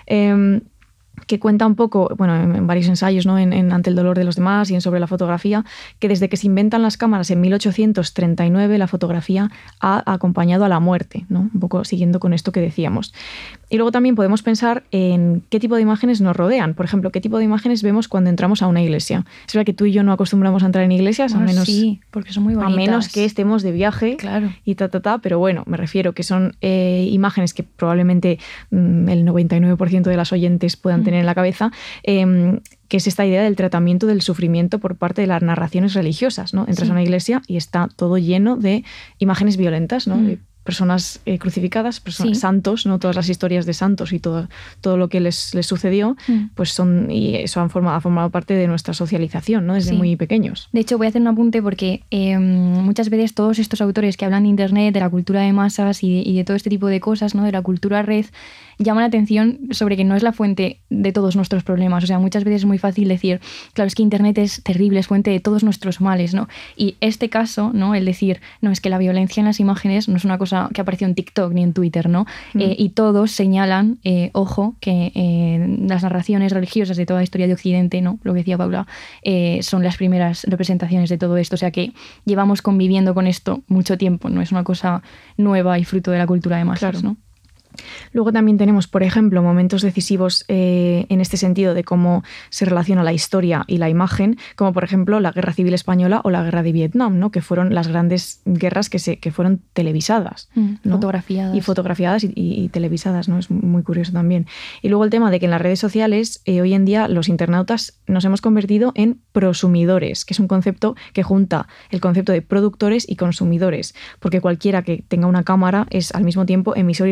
Que cuenta un poco, bueno, en varios ensayos, ¿no? en Ante el dolor de los demás y en Sobre la fotografía, que desde que se inventan las cámaras en 1839 la fotografía ha acompañado a la muerte, ¿no? Un poco siguiendo con esto que decíamos. Y luego también podemos pensar en qué tipo de imágenes nos rodean. Por ejemplo, qué tipo de imágenes vemos cuando entramos a una iglesia. Es verdad que tú y yo no acostumbramos a entrar en iglesias, bueno, a menos, sí, porque son muy bonitas. A menos que estemos de viaje, claro. Y pero bueno, me refiero que son imágenes que probablemente el 99% de las oyentes puedan tener en la cabeza, que es esta idea del tratamiento del sufrimiento por parte de las narraciones religiosas, ¿no? Entras a una iglesia y está todo lleno de imágenes violentas, ¿no? De personas crucificadas, santos, ¿no? Todas las historias de santos y todo lo que les sucedió, pues y eso ha formado parte de nuestra socialización, ¿no? Desde muy pequeños. De hecho, voy a hacer un apunte porque muchas veces todos estos autores que hablan de Internet, de la cultura de masas y de todo este tipo de cosas, ¿no? De la cultura red, llaman la atención sobre que no es la fuente de todos nuestros problemas. O sea, muchas veces es muy fácil decir, claro, es que Internet es terrible, es fuente de todos nuestros males, ¿no? Y este caso, ¿no? El decir, no, es que la violencia en las imágenes no es una cosa que apareció en TikTok ni en Twitter, ¿no? Y todos señalan, ojo, que las narraciones religiosas de toda la historia de Occidente, ¿no? Lo que decía Paula, son las primeras representaciones de todo esto. O sea que llevamos conviviendo con esto mucho tiempo, no es una cosa nueva y fruto de la cultura de masas, claro. ¿no? Luego también tenemos, por ejemplo, momentos decisivos en este sentido de cómo se relaciona la historia y la imagen, como por ejemplo la Guerra Civil Española o la Guerra de Vietnam, ¿no? Que fueron las grandes guerras que fueron televisadas, ¿no? Fotografiadas y televisadas, ¿no? Es muy curioso también. Y luego el tema de que en las redes sociales hoy en día los internautas nos hemos convertido en prosumidores, que es un concepto que junta el concepto de productores y consumidores, porque cualquiera que tenga una cámara es al mismo tiempo emisor y receptor.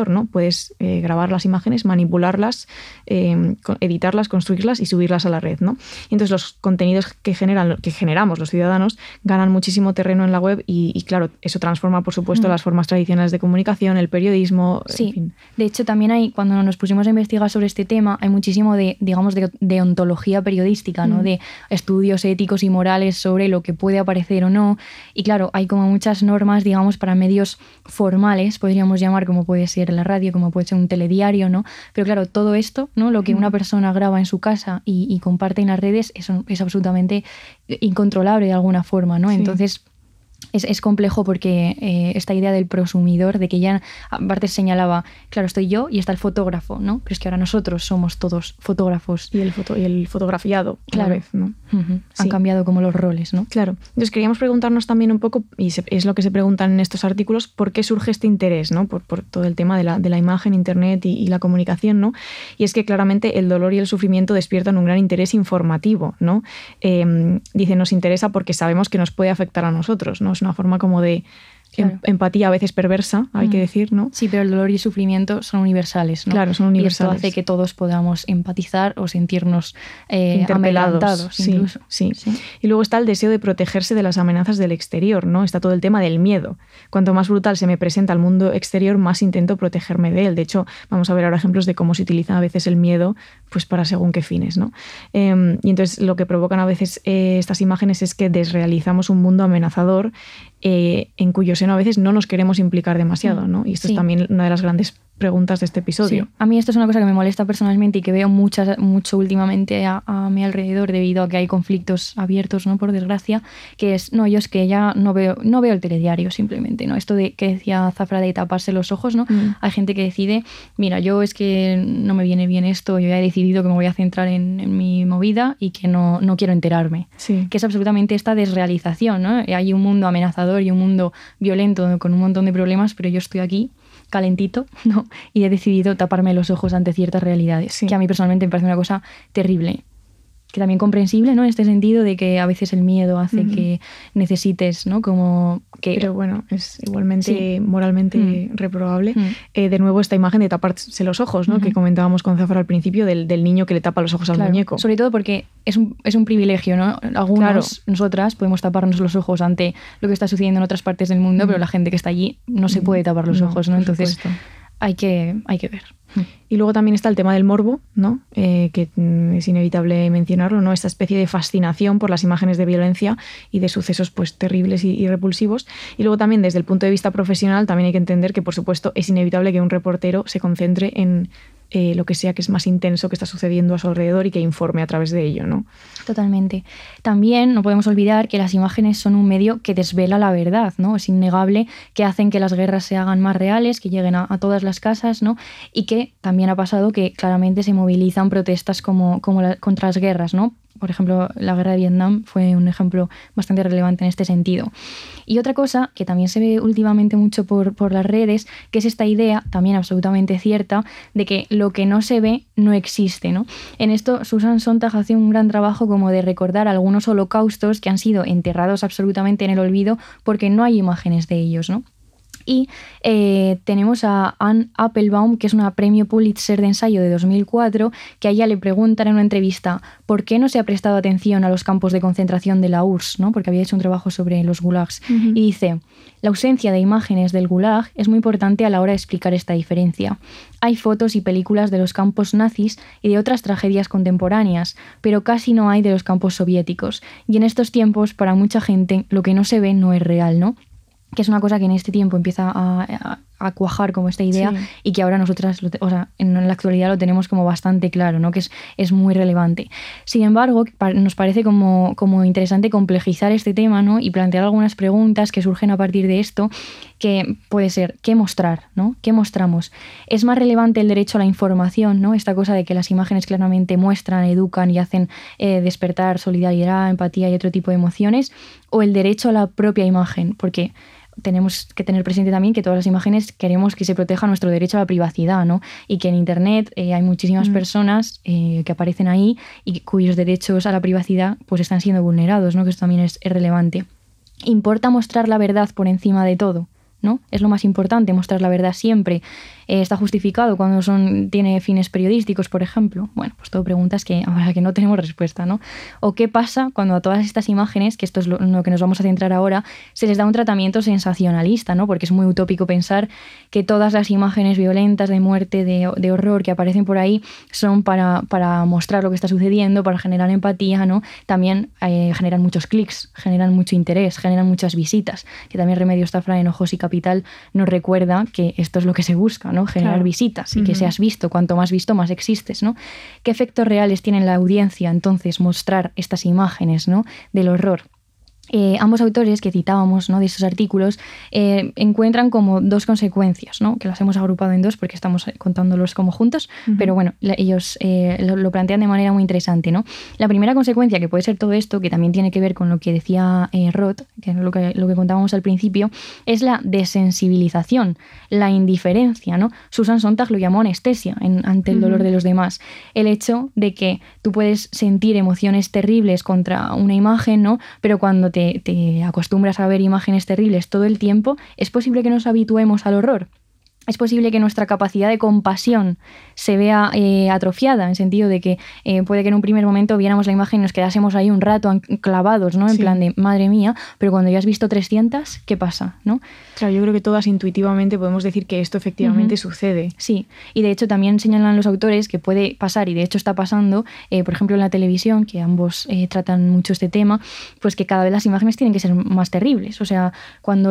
ordenador, ¿no? Puedes grabar las imágenes, manipularlas, editarlas, construirlas y subirlas a la red, ¿no? Y entonces los contenidos que generamos los ciudadanos ganan muchísimo terreno en la web y claro, eso transforma, por supuesto, las formas tradicionales de comunicación, el periodismo, sí. En fin. De hecho, también cuando nos pusimos a investigar sobre este tema, hay muchísimo de ontología periodística, ¿no? De estudios éticos y morales sobre lo que puede aparecer o no. Y claro, hay como muchas normas, digamos, para medios formales, podríamos llamar, como puede ser la radio, como puede ser un telediario, ¿no? Pero claro, todo esto, ¿no? Lo que una persona graba en su casa y comparte en las redes, eso es absolutamente incontrolable de alguna forma, ¿no? Sí. Entonces, es complejo porque esta idea del prosumidor, de que ya aparte señalaba, claro, estoy yo y está el fotógrafo, ¿no? Pero es que ahora nosotros somos todos fotógrafos. Y el fotografiado, claro. A la vez, ¿no? Sí. Han cambiado como los roles, ¿no? Claro. Entonces queríamos preguntarnos también un poco, y es lo que se preguntan en estos artículos, ¿por qué surge este interés, ¿no? Por todo el tema de la imagen, internet y la comunicación, ¿no? Y es que claramente el dolor y el sufrimiento despiertan un gran interés informativo, ¿no? Dice, nos interesa porque sabemos que nos puede afectar a nosotros, ¿no? Es una forma como de empatía a veces perversa, hay que decir, ¿no? Sí, pero el dolor y el sufrimiento son universales, ¿no? Claro, son universales. Y esto hace que todos podamos empatizar o sentirnos amedrentados, incluso. Sí. Y luego está el deseo de protegerse de las amenazas del exterior, ¿no? Está todo el tema del miedo. Cuanto más brutal se me presenta el mundo exterior, más intento protegerme de él. De hecho, vamos a ver ahora ejemplos de cómo se utiliza a veces el miedo pues para según qué fines, ¿no? Y entonces lo que provocan a veces estas imágenes es que desrealizamos un mundo amenazador en cuyo seno a veces no nos queremos implicar demasiado, ¿no? Y esto es también una de las grandes preguntas de este episodio. Sí. A mí esto es una cosa que me molesta personalmente y que veo mucho últimamente a mi alrededor debido a que hay conflictos abiertos, ¿no? Por desgracia, que es, no, yo es que ya no veo el telediario simplemente, ¿no? Esto de que decía Zafra de taparse los ojos, ¿no? Hay gente que decide, mira, yo es que no me viene bien esto, yo ya he decidido que me voy a centrar en mi movida y que no quiero enterarme. Sí. Que es absolutamente esta desrealización, ¿no? Hay un mundo amenazador y un mundo violento con un montón de problemas, pero yo estoy aquí calentito, ¿no? Y he decidido taparme los ojos ante ciertas realidades, que a mí personalmente me parece una cosa terrible. Que también comprensible, ¿no? En este sentido de que a veces el miedo hace que necesites, ¿no? Como que... Pero bueno, es igualmente moralmente reprobable. De nuevo esta imagen de taparse los ojos, ¿no? Que comentábamos con Zafra al principio del niño que le tapa los ojos al muñeco. Sobre todo porque es un privilegio, ¿no? Nosotras podemos taparnos los ojos ante lo que está sucediendo en otras partes del mundo, pero la gente que está allí no se puede tapar los ojos, ¿no? Entonces hay que ver. Y luego también está el tema del morbo, ¿no? Que es inevitable mencionarlo, ¿no? Esta especie de fascinación por las imágenes de violencia y de sucesos pues terribles y repulsivos. Y luego también desde el punto de vista profesional también hay que entender que por supuesto es inevitable que un reportero se concentre en lo que sea que es más intenso que está sucediendo a su alrededor y que informe a través de ello, ¿no? Totalmente. También no podemos olvidar que las imágenes son un medio que desvela la verdad, ¿no? Es innegable que hacen que las guerras se hagan más reales, que lleguen a todas las casas, ¿no? Y que también ha pasado que claramente se movilizan protestas contra las guerras, ¿no? Por ejemplo, la guerra de Vietnam fue un ejemplo bastante relevante en este sentido. Y otra cosa que también se ve últimamente mucho por las redes, que es esta idea, también absolutamente cierta, de que lo que no se ve no existe, ¿no? En esto Susan Sontag hace un gran trabajo como de recordar algunos holocaustos que han sido enterrados absolutamente en el olvido porque no hay imágenes de ellos, ¿no? Y tenemos a Anne Applebaum, que es una premio Pulitzer de ensayo de 2004, que a ella le preguntan en una entrevista por qué no se ha prestado atención a los campos de concentración de la URSS, ¿no? Porque había hecho un trabajo sobre los gulags. Y dice, la ausencia de imágenes del gulag es muy importante a la hora de explicar esta diferencia. Hay fotos y películas de los campos nazis y de otras tragedias contemporáneas, pero casi no hay de los campos soviéticos. Y en estos tiempos, para mucha gente, lo que no se ve no es real, ¿no? Que es una cosa que en este tiempo empieza a cuajar como esta idea y que ahora nosotras, en la actualidad lo tenemos como bastante claro, ¿no? Que es muy relevante. Sin embargo, nos parece como interesante complejizar este tema, ¿no? Y plantear algunas preguntas que surgen a partir de esto, que puede ser, ¿qué mostrar, ¿no? ¿Qué mostramos? ¿Es más relevante el derecho a la información, ¿no? Esta cosa de que las imágenes claramente muestran, educan y hacen despertar solidaridad, empatía y otro tipo de emociones, o el derecho a la propia imagen, porque tenemos que tener presente también que todas las imágenes queremos que se proteja nuestro derecho a la privacidad, ¿no? Y que en Internet hay muchísimas personas que aparecen ahí y cuyos derechos a la privacidad pues están siendo vulnerados, ¿no? Que esto también es relevante. ¿Importa mostrar la verdad por encima de todo? ¿No? Es lo más importante, mostrar la verdad siempre. ¿Está justificado cuando tiene fines periodísticos, por ejemplo? Bueno, pues todo preguntas que ahora que no tenemos respuesta, ¿no? ¿O qué pasa cuando a todas estas imágenes, que esto es lo que nos vamos a centrar ahora, se les da un tratamiento sensacionalista, ¿no? Porque es muy utópico pensar que todas las imágenes violentas de muerte, de horror que aparecen por ahí son para mostrar lo que está sucediendo, para generar empatía, ¿no? También generan muchos clics, generan mucho interés, generan muchas visitas, que también Remedios Zafra en Ojos y Capital nos recuerda que esto es lo que se busca, ¿no? Generar visitas y que seas visto. Cuanto más visto, más existes, ¿no? ¿Qué efectos reales tiene en la audiencia entonces mostrar estas imágenes, ¿no? del horror? Ambos autores que citábamos, ¿no? de esos artículos encuentran como dos consecuencias, ¿no? que las hemos agrupado en dos porque estamos contándolos como juntos, pero bueno, ellos lo plantean de manera muy interesante, ¿no? La primera consecuencia, que puede ser todo esto, que también tiene que ver con lo que decía Roth, que es lo que contábamos al principio, es la desensibilización, la indiferencia, ¿no? Susan Sontag lo llamó anestesia ante el dolor de los demás. El hecho de que tú puedes sentir emociones terribles contra una imagen, ¿no? pero cuando te acostumbras a ver imágenes terribles todo el tiempo, es posible que nos habituemos al horror. Es posible que nuestra capacidad de compasión se vea atrofiada, en el sentido de que puede que en un primer momento viéramos la imagen y nos quedásemos ahí un rato clavados, ¿no? En plan de, madre mía, pero cuando ya has visto 300, ¿qué pasa? ¿no? Claro, yo creo que todas intuitivamente podemos decir que esto efectivamente sucede. Sí, y de hecho también señalan los autores que puede pasar, y de hecho está pasando, por ejemplo en la televisión, que ambos tratan mucho este tema, pues que cada vez las imágenes tienen que ser más terribles. O sea, cuando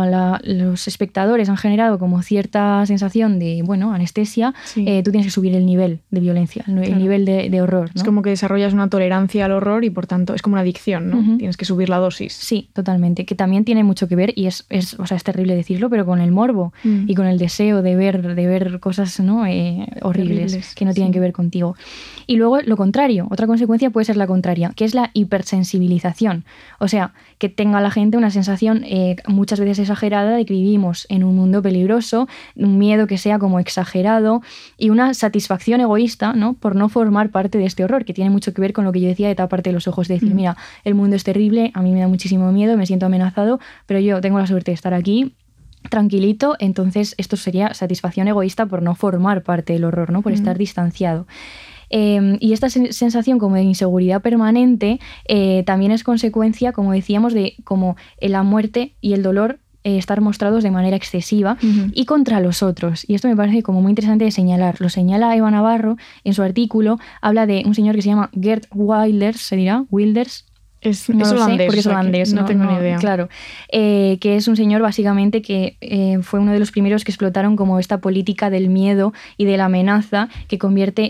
los espectadores han generado como cierta sensación de, anestesia, tú tienes que subir el nivel de violencia, el nivel de horror, ¿no? Es como que desarrollas una tolerancia al horror y por tanto es como una adicción, ¿no? Tienes que subir la dosis. Sí, totalmente, que también tiene mucho que ver, y es terrible decirlo, pero con el morbo y con el deseo de ver cosas, ¿no? horribles que no tienen que ver contigo. Y luego lo contrario, otra consecuencia puede ser la contraria, que es la hipersensibilización. O sea, que tenga la gente una sensación muchas veces exagerada de que vivimos en un mundo peligroso, un miedo que sea como exagerado y una satisfacción egoísta, ¿no? por no formar parte de este horror, que tiene mucho que ver con lo que yo decía de taparte los ojos, de decir, mira, el mundo es terrible, a mí me da muchísimo miedo, me siento amenazado, pero yo tengo la suerte de estar aquí tranquilito, entonces esto sería satisfacción egoísta por no formar parte del horror, ¿no? por estar distanciado. Y esta sensación como de inseguridad permanente también es consecuencia, como decíamos, de como la muerte y el dolor estar mostrados de manera excesiva y contra los otros. Y esto me parece como muy interesante de señalar. Lo señala Eva Navarro en su artículo, habla de un señor que se llama Geert Wilders, ¿se dirá? Wilders. No es holandés, sé, porque es holandés, no tengo ni idea. Claro, que es un señor básicamente que fue uno de los primeros que explotaron como esta política del miedo y de la amenaza que convierte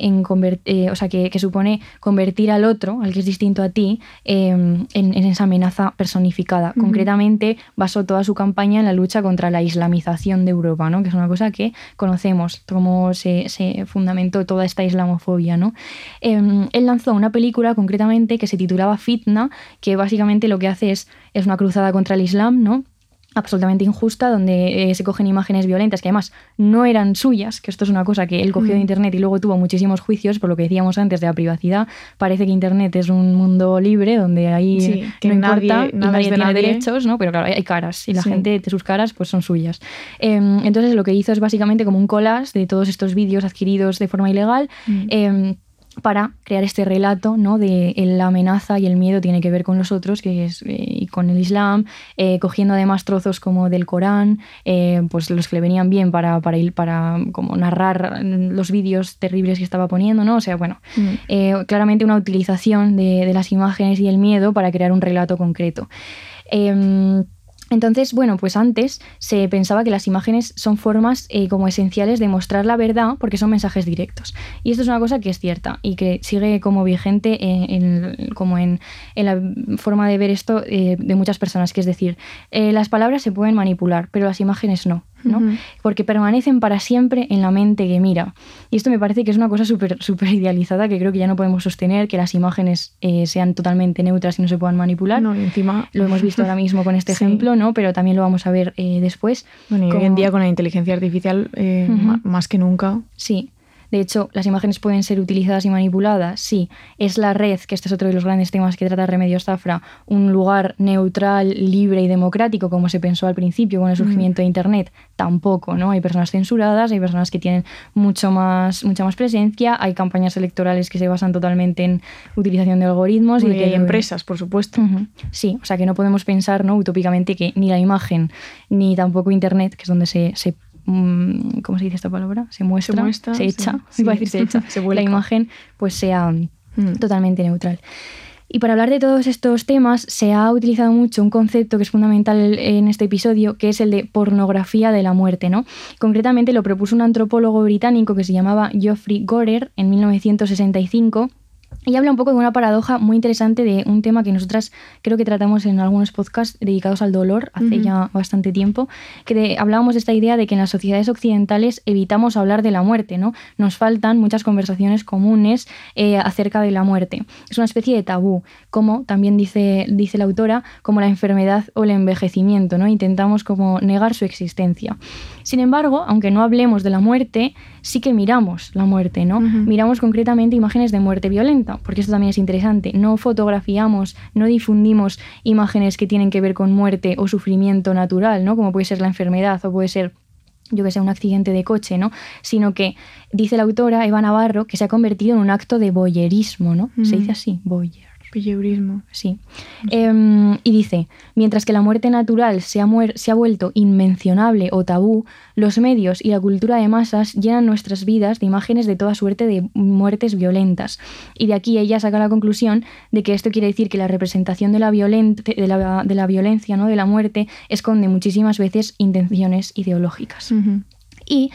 que supone convertir al otro, al que es distinto a ti, en esa amenaza personificada. Concretamente basó toda su campaña en la lucha contra la islamización de Europa, ¿no? Que es una cosa que conocemos, cómo se fundamentó toda esta islamofobia, ¿no? Él lanzó una película concretamente que se titulaba Fitna, que básicamente lo que hace es una cruzada contra el Islam, ¿no? absolutamente injusta, donde se cogen imágenes violentas que además no eran suyas, que esto es una cosa que él cogió de Internet y luego tuvo muchísimos juicios por lo que decíamos antes de la privacidad. Parece que Internet es un mundo libre donde ahí que no importa, nadie tiene derechos, ¿no? Pero claro, hay caras y la gente, sus caras pues son suyas. Entonces lo que hizo es básicamente como un collage de todos estos vídeos adquiridos de forma ilegal, para crear este relato, ¿no? de la amenaza y el miedo tiene que ver con los otros, que es y con el Islam, cogiendo además trozos como del Corán, pues los que le venían bien para como narrar los vídeos terribles que estaba poniendo, ¿no? O sea, bueno, claramente una utilización de las imágenes y el miedo para crear un relato concreto. Entonces, bueno, pues antes se pensaba que las imágenes son formas como esenciales de mostrar la verdad porque son mensajes directos. Y esto es una cosa que es cierta y que sigue como vigente en la forma de ver esto de muchas personas, que es decir, las palabras se pueden manipular, pero las imágenes no. ¿no? Porque permanecen para siempre en la mente que mira. Y esto me parece que es una cosa súper idealizada, que creo que ya no podemos sostener, que las imágenes sean totalmente neutras y no se puedan manipular. No, encima lo hemos visto ahora mismo con este ejemplo, ¿no? Pero también lo vamos a ver después. Bueno, y hoy en día con la inteligencia artificial más que nunca. Sí. De hecho, las imágenes pueden ser utilizadas y manipuladas. Sí. ¿Es la red, que este es otro de los grandes temas que trata Remedios Zafra, un lugar neutral, libre y democrático, como se pensó al principio con el surgimiento de Internet? Tampoco, ¿no? Hay personas censuradas, hay personas que tienen mucha más presencia, hay campañas electorales que se basan totalmente en utilización de algoritmos. Y hay empresas, por supuesto. Sí, o sea que no podemos pensar, ¿no?, utópicamente que ni la imagen ni tampoco Internet, que es donde se ¿cómo se dice esta palabra? Se muestra, se echa, iba a decir se echa, la imagen pues sea totalmente neutral. Y para hablar de todos estos temas se ha utilizado mucho un concepto que es fundamental en este episodio, que es el de pornografía de la muerte, ¿no? Concretamente lo propuso un antropólogo británico que se llamaba Geoffrey Gorer en 1965. Y habla un poco de una paradoja muy interesante de un tema que nosotras creo que tratamos en algunos podcasts dedicados al dolor hace ya bastante tiempo, que hablábamos de esta idea de que en las sociedades occidentales evitamos hablar de la muerte, ¿no? Nos faltan muchas conversaciones comunes acerca de la muerte. Es una especie de tabú, como también dice la autora, como la enfermedad o el envejecimiento, ¿no? Intentamos como negar su existencia. Sin embargo, aunque no hablemos de la muerte, sí que miramos la muerte, ¿no? Miramos concretamente imágenes de muerte violenta, porque esto también es interesante. No fotografiamos, no difundimos imágenes que tienen que ver con muerte o sufrimiento natural, ¿no? Como puede ser la enfermedad o puede ser, yo que sé, un accidente de coche, ¿no? Sino que, dice la autora Eva Navarro, que se ha convertido en un acto de voyeurismo, ¿no? Se dice así, voyeurismo. Sí. Y dice, mientras que la muerte natural se ha vuelto inmencionable o tabú, los medios y la cultura de masas llenan nuestras vidas de imágenes de toda suerte de muertes violentas. Y de aquí ella saca la conclusión de que esto quiere decir que la representación de la violencia, ¿no?, de la muerte, esconde muchísimas veces intenciones ideológicas. Y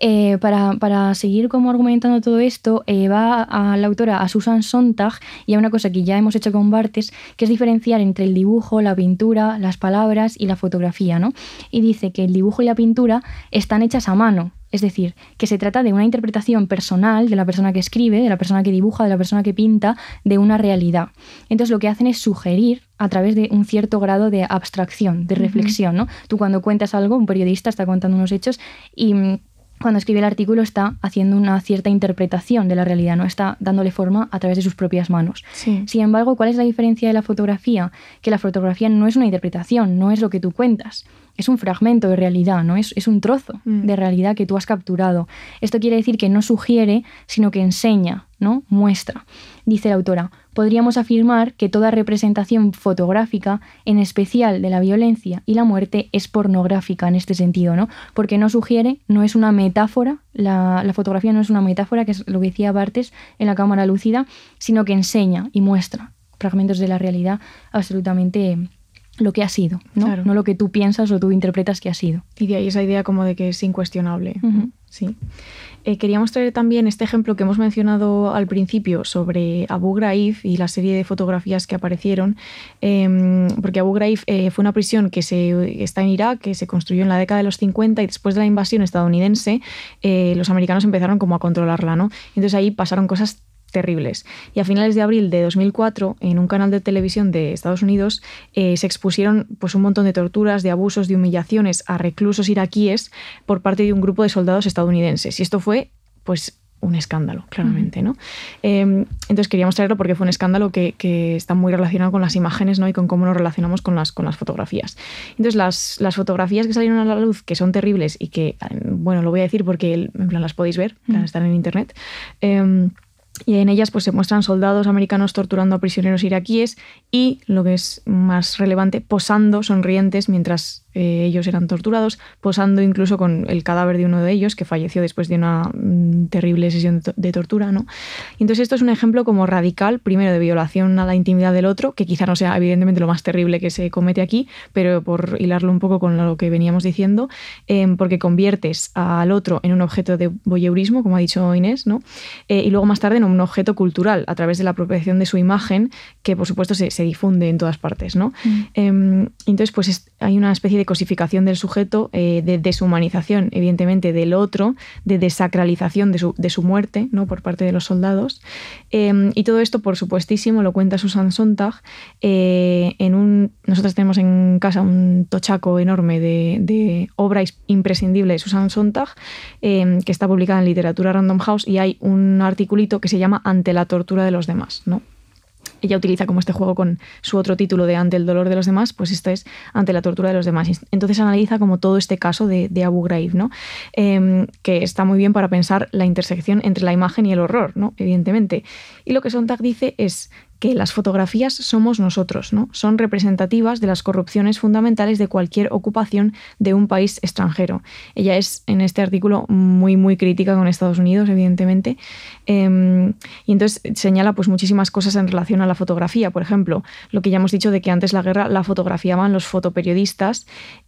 para seguir como argumentando todo esto, va a la autora a Susan Sontag y a una cosa que ya hemos hecho con Barthes, que es diferenciar entre el dibujo, la pintura, las palabras y la fotografía, ¿no? Y dice que el dibujo y la pintura están hechas a mano. Es decir, que se trata de una interpretación personal de la persona que escribe, de la persona que dibuja, de la persona que pinta, de una realidad. Entonces lo que hacen es sugerir a través de un cierto grado de abstracción, de reflexión, ¿no? Tú cuando cuentas algo, un periodista está contando unos hechos y cuando escribe el artículo está haciendo una cierta interpretación de la realidad, no está dándole forma a través de sus propias manos. Sí. Sin embargo, ¿cuál es la diferencia de la fotografía? Que la fotografía no es una interpretación, no es lo que tú cuentas. Es un fragmento de realidad, ¿no? Es un trozo de realidad que tú has capturado. Esto quiere decir que no sugiere, sino que enseña, ¿no? Muestra. Dice la autora, podríamos afirmar que toda representación fotográfica, en especial de la violencia y la muerte, es pornográfica en este sentido, ¿no? Porque no sugiere, no es una metáfora, la fotografía no es una metáfora, que es lo que decía Barthes en La cámara lúcida, sino que enseña y muestra fragmentos de la realidad absolutamente lo que ha sido, ¿no? Claro. No lo que tú piensas o tú interpretas que ha sido. Y de ahí esa idea como de que es incuestionable. Sí. Queríamos traer también este ejemplo que hemos mencionado al principio sobre Abu Ghraib y la serie de fotografías que aparecieron, porque Abu Ghraib fue una prisión que está en Irak, que se construyó en la década de los 50 y después de la invasión estadounidense los americanos empezaron como a controlarla, ¿no? Entonces ahí pasaron cosas terribles. Y a finales de abril de 2004, en un canal de televisión de Estados Unidos, se expusieron pues, un montón de torturas, de abusos, de humillaciones a reclusos iraquíes por parte de un grupo de soldados estadounidenses. Y esto fue, pues, un escándalo, claramente, ¿no? Entonces queríamos traerlo porque fue un escándalo que está muy relacionado con las imágenes, ¿no? Y con cómo nos relacionamos con las fotografías. Entonces las fotografías que salieron a la luz, que son terribles y que, bueno, lo voy a decir porque en plan las podéis ver, están en internet, y en ellas pues, se muestran soldados americanos torturando a prisioneros iraquíes y, lo que es más relevante, posando sonrientes mientras ellos eran torturados, posando incluso con el cadáver de uno de ellos que falleció después de una terrible sesión de tortura, ¿no? Y entonces esto es un ejemplo como radical, primero de violación a la intimidad del otro, que quizá no sea evidentemente lo más terrible que se comete aquí, pero por hilarlo un poco con lo que veníamos diciendo, porque conviertes al otro en un objeto de voyeurismo, como ha dicho Inés, ¿no? Y luego más tarde en un objeto cultural a través de la apropiación de su imagen, que por supuesto se difunde en todas partes, ¿no? Entonces pues hay una especie de cosificación del sujeto, de deshumanización, evidentemente, del otro, de desacralización de su muerte, ¿no? Por parte de los soldados. Y todo esto, por supuestísimo, lo cuenta Susan Sontag. Nosotros tenemos en casa un tochaco enorme de obra imprescindible de Susan Sontag, que está publicada en Literatura Random House, y hay un articulito que se llama Ante la tortura de los demás, ¿no? Ella utiliza como este juego con su otro título de Ante el dolor de los demás, pues esto es Ante la tortura de los demás. Entonces analiza como todo este caso de Abu Ghraib, ¿no? Que está muy bien para pensar la intersección entre la imagen y el horror, ¿no? Evidentemente. Y lo que Sontag dice es que las fotografías somos nosotros, ¿no? Son representativas de las corrupciones fundamentales de cualquier ocupación de un país extranjero. Ella es, en este artículo, muy, muy crítica con Estados Unidos, evidentemente, y entonces señala pues muchísimas cosas en relación a la fotografía. Por ejemplo, lo que ya hemos dicho de que antes la guerra la fotografiaban los fotoperiodistas,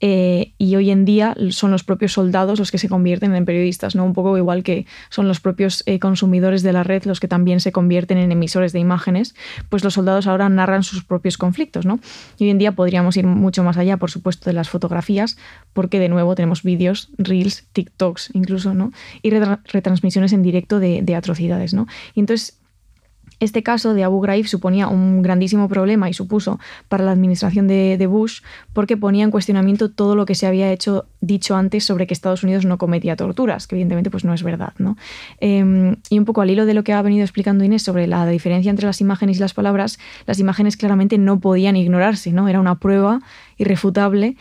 y hoy en día son los propios soldados los que se convierten en periodistas, ¿no? Un poco igual que son los propios consumidores de la red los que también se convierten en emisores de imágenes. Pues los soldados ahora narran sus propios conflictos, ¿no? Y hoy en día podríamos ir mucho más allá, por supuesto, de las fotografías, porque de nuevo tenemos vídeos, reels, TikToks incluso, ¿no? Y retransmisiones en directo de atrocidades, ¿no? Y entonces este caso de Abu Ghraib suponía un grandísimo problema y supuso para la administración de Bush, porque ponía en cuestionamiento todo lo que se había dicho antes sobre que Estados Unidos no cometía torturas, que evidentemente pues no es verdad, ¿no? Y un poco al hilo de lo que ha venido explicando Inés sobre la diferencia entre las imágenes y las palabras, las imágenes claramente no podían ignorarse, ¿no? Era una prueba irrefutable,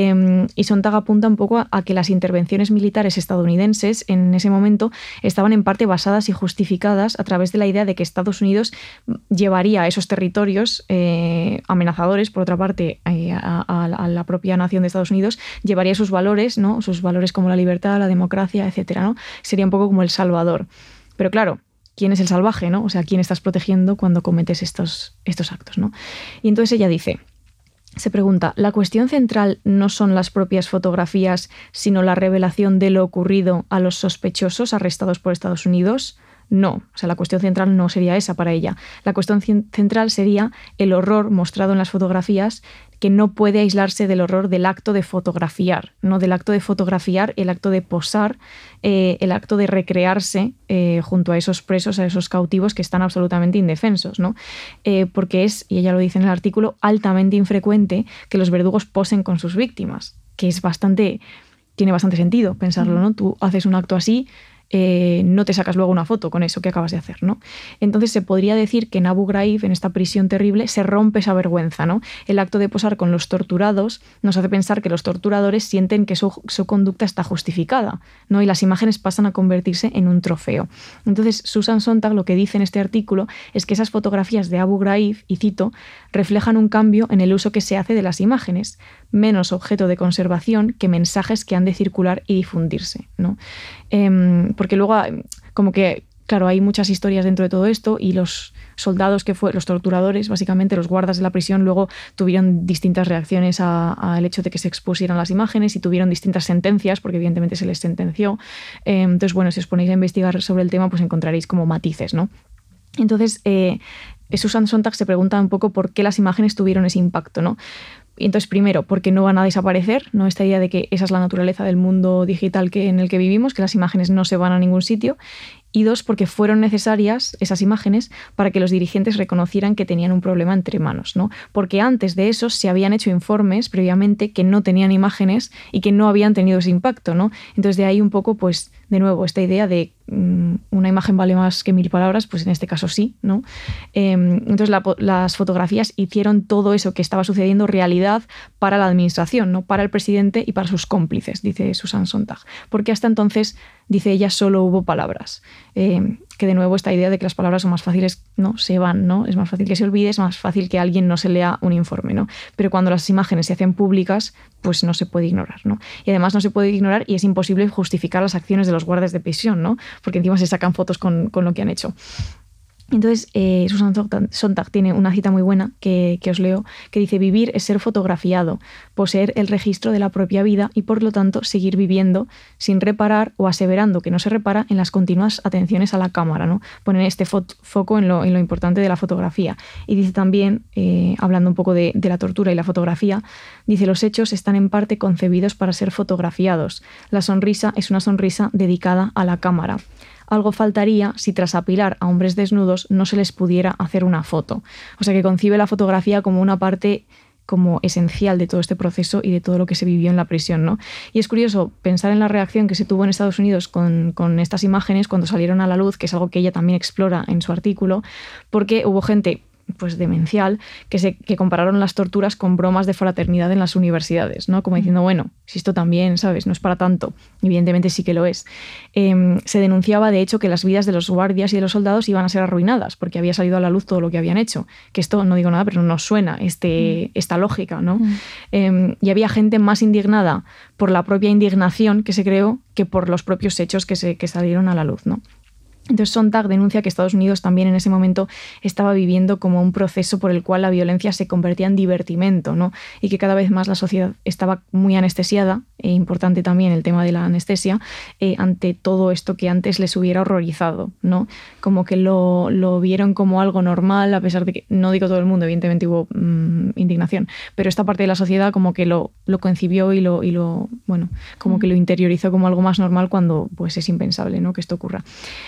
y Sontag apunta un poco a que las intervenciones militares estadounidenses en ese momento estaban en parte basadas y justificadas a través de la idea de que Estados Unidos llevaría a esos territorios amenazadores, por otra parte, a la propia nación de Estados Unidos, llevaría sus valores, ¿no? Sus valores como la libertad, la democracia, etcétera, ¿no? Sería un poco como el salvador. Pero claro, ¿quién es el salvaje, ¿no? O sea, ¿quién estás protegiendo cuando cometes estos actos, ¿no? Y entonces ella se pregunta, ¿la cuestión central no son las propias fotografías, sino la revelación de lo ocurrido a los sospechosos arrestados por Estados Unidos? No, o sea, la cuestión central no sería esa para ella. La cuestión central sería el horror mostrado en las fotografías, que no puede aislarse del horror del acto de fotografiar, ¿no? Del acto de fotografiar, el acto de posar, el acto de recrearse junto a esos presos, a esos cautivos que están absolutamente indefensos, ¿no? Porque es, y ella lo dice en el artículo, altamente infrecuente que los verdugos posen con sus víctimas, que tiene bastante sentido pensarlo, ¿no? Tú haces un acto así, no te sacas luego una foto con eso que acabas de hacer, ¿no? Entonces se podría decir que en Abu Ghraib, en esta prisión terrible, se rompe esa vergüenza, ¿no? El acto de posar con los torturados nos hace pensar que los torturadores sienten que su conducta está justificada, ¿no? Y las imágenes pasan a convertirse en un trofeo. Entonces Susan Sontag lo que dice en este artículo es que esas fotografías de Abu Ghraib, y cito, reflejan un cambio en el uso que se hace de las imágenes, menos objeto de conservación que mensajes que han de circular y difundirse, ¿no? Porque luego, como que, claro, hay muchas historias dentro de todo esto, y los soldados los torturadores, básicamente los guardas de la prisión, luego tuvieron distintas reacciones al hecho de que se expusieran las imágenes, y tuvieron distintas sentencias, porque evidentemente se les sentenció. Entonces, bueno, si os ponéis a investigar sobre el tema, pues encontraréis como matices, ¿no? Entonces, Susan Sontag se pregunta un poco por qué las imágenes tuvieron ese impacto, ¿no? Y entonces, primero, porque no van a desaparecer, ¿no? Esta idea de que esa es la naturaleza del mundo digital en el que vivimos, que las imágenes no se van a ningún sitio. Y dos, porque fueron necesarias esas imágenes para que los dirigentes reconocieran que tenían un problema entre manos, ¿no? Porque antes de eso se habían hecho informes previamente que no tenían imágenes y que no habían tenido ese impacto, ¿no? Entonces de ahí un poco, pues, de nuevo, esta idea de una imagen vale más que 1000 palabras, pues en este caso sí, ¿no? Entonces las fotografías hicieron todo eso que estaba sucediendo realidad para la administración, ¿no? Para el presidente y para sus cómplices, dice Susan Sontag. Porque hasta entonces, dice ella, solo hubo palabras. Que de nuevo esta idea de que las palabras son más fáciles, ¿no? Se van, ¿no? Es más fácil que se olvide, es más fácil que alguien no se lea un informe, ¿no? Pero cuando las imágenes se hacen públicas, pues no se puede ignorar, ¿no? Y además no se puede ignorar, y es imposible justificar las acciones de los guardas de prisión, ¿no? Porque encima se sacan fotos con lo que han hecho. Entonces, Susan Sontag tiene una cita muy buena que os leo, que dice: vivir es ser fotografiado, poseer el registro de la propia vida y, por lo tanto, seguir viviendo sin reparar o aseverando que no se repara en las continuas atenciones a la cámara, ¿no? Ponen este foco en lo importante de la fotografía. Y dice también, hablando un poco de la tortura y la fotografía, dice: los hechos están en parte concebidos para ser fotografiados. La sonrisa es una sonrisa dedicada a la cámara. Algo faltaría si tras apilar a hombres desnudos no se les pudiera hacer una foto. O sea, que concibe la fotografía como una parte como esencial de todo este proceso y de todo lo que se vivió en la prisión, ¿no? Y es curioso pensar en la reacción que se tuvo en Estados Unidos con estas imágenes cuando salieron a la luz, que es algo que ella también explora en su artículo, porque hubo gente pues demencial, que compararon las torturas con bromas de fraternidad en las universidades, ¿no? Como diciendo, bueno, si esto también, ¿sabes? No es para tanto. Evidentemente sí que lo es. Se denunciaba, de hecho, que las vidas de los guardias y de los soldados iban a ser arruinadas porque había salido a la luz todo lo que habían hecho. Que esto, no digo nada, pero nos suena esta lógica, ¿no? Y había gente más indignada por la propia indignación que se creó que por los propios hechos que salieron a la luz, ¿no? Entonces Sontag denuncia que Estados Unidos también en ese momento estaba viviendo como un proceso por el cual la violencia se convertía en divertimento, ¿no? Y que cada vez más la sociedad estaba muy anestesiada, e importante también el tema de la anestesia, ante todo esto que antes les hubiera horrorizado, ¿no? Como que lo vieron como algo normal, a pesar de que, no digo todo el mundo, evidentemente hubo indignación, pero esta parte de la sociedad como que lo concibió y lo bueno, como que lo interiorizó como algo más normal cuando pues es impensable, ¿no? Que esto ocurra.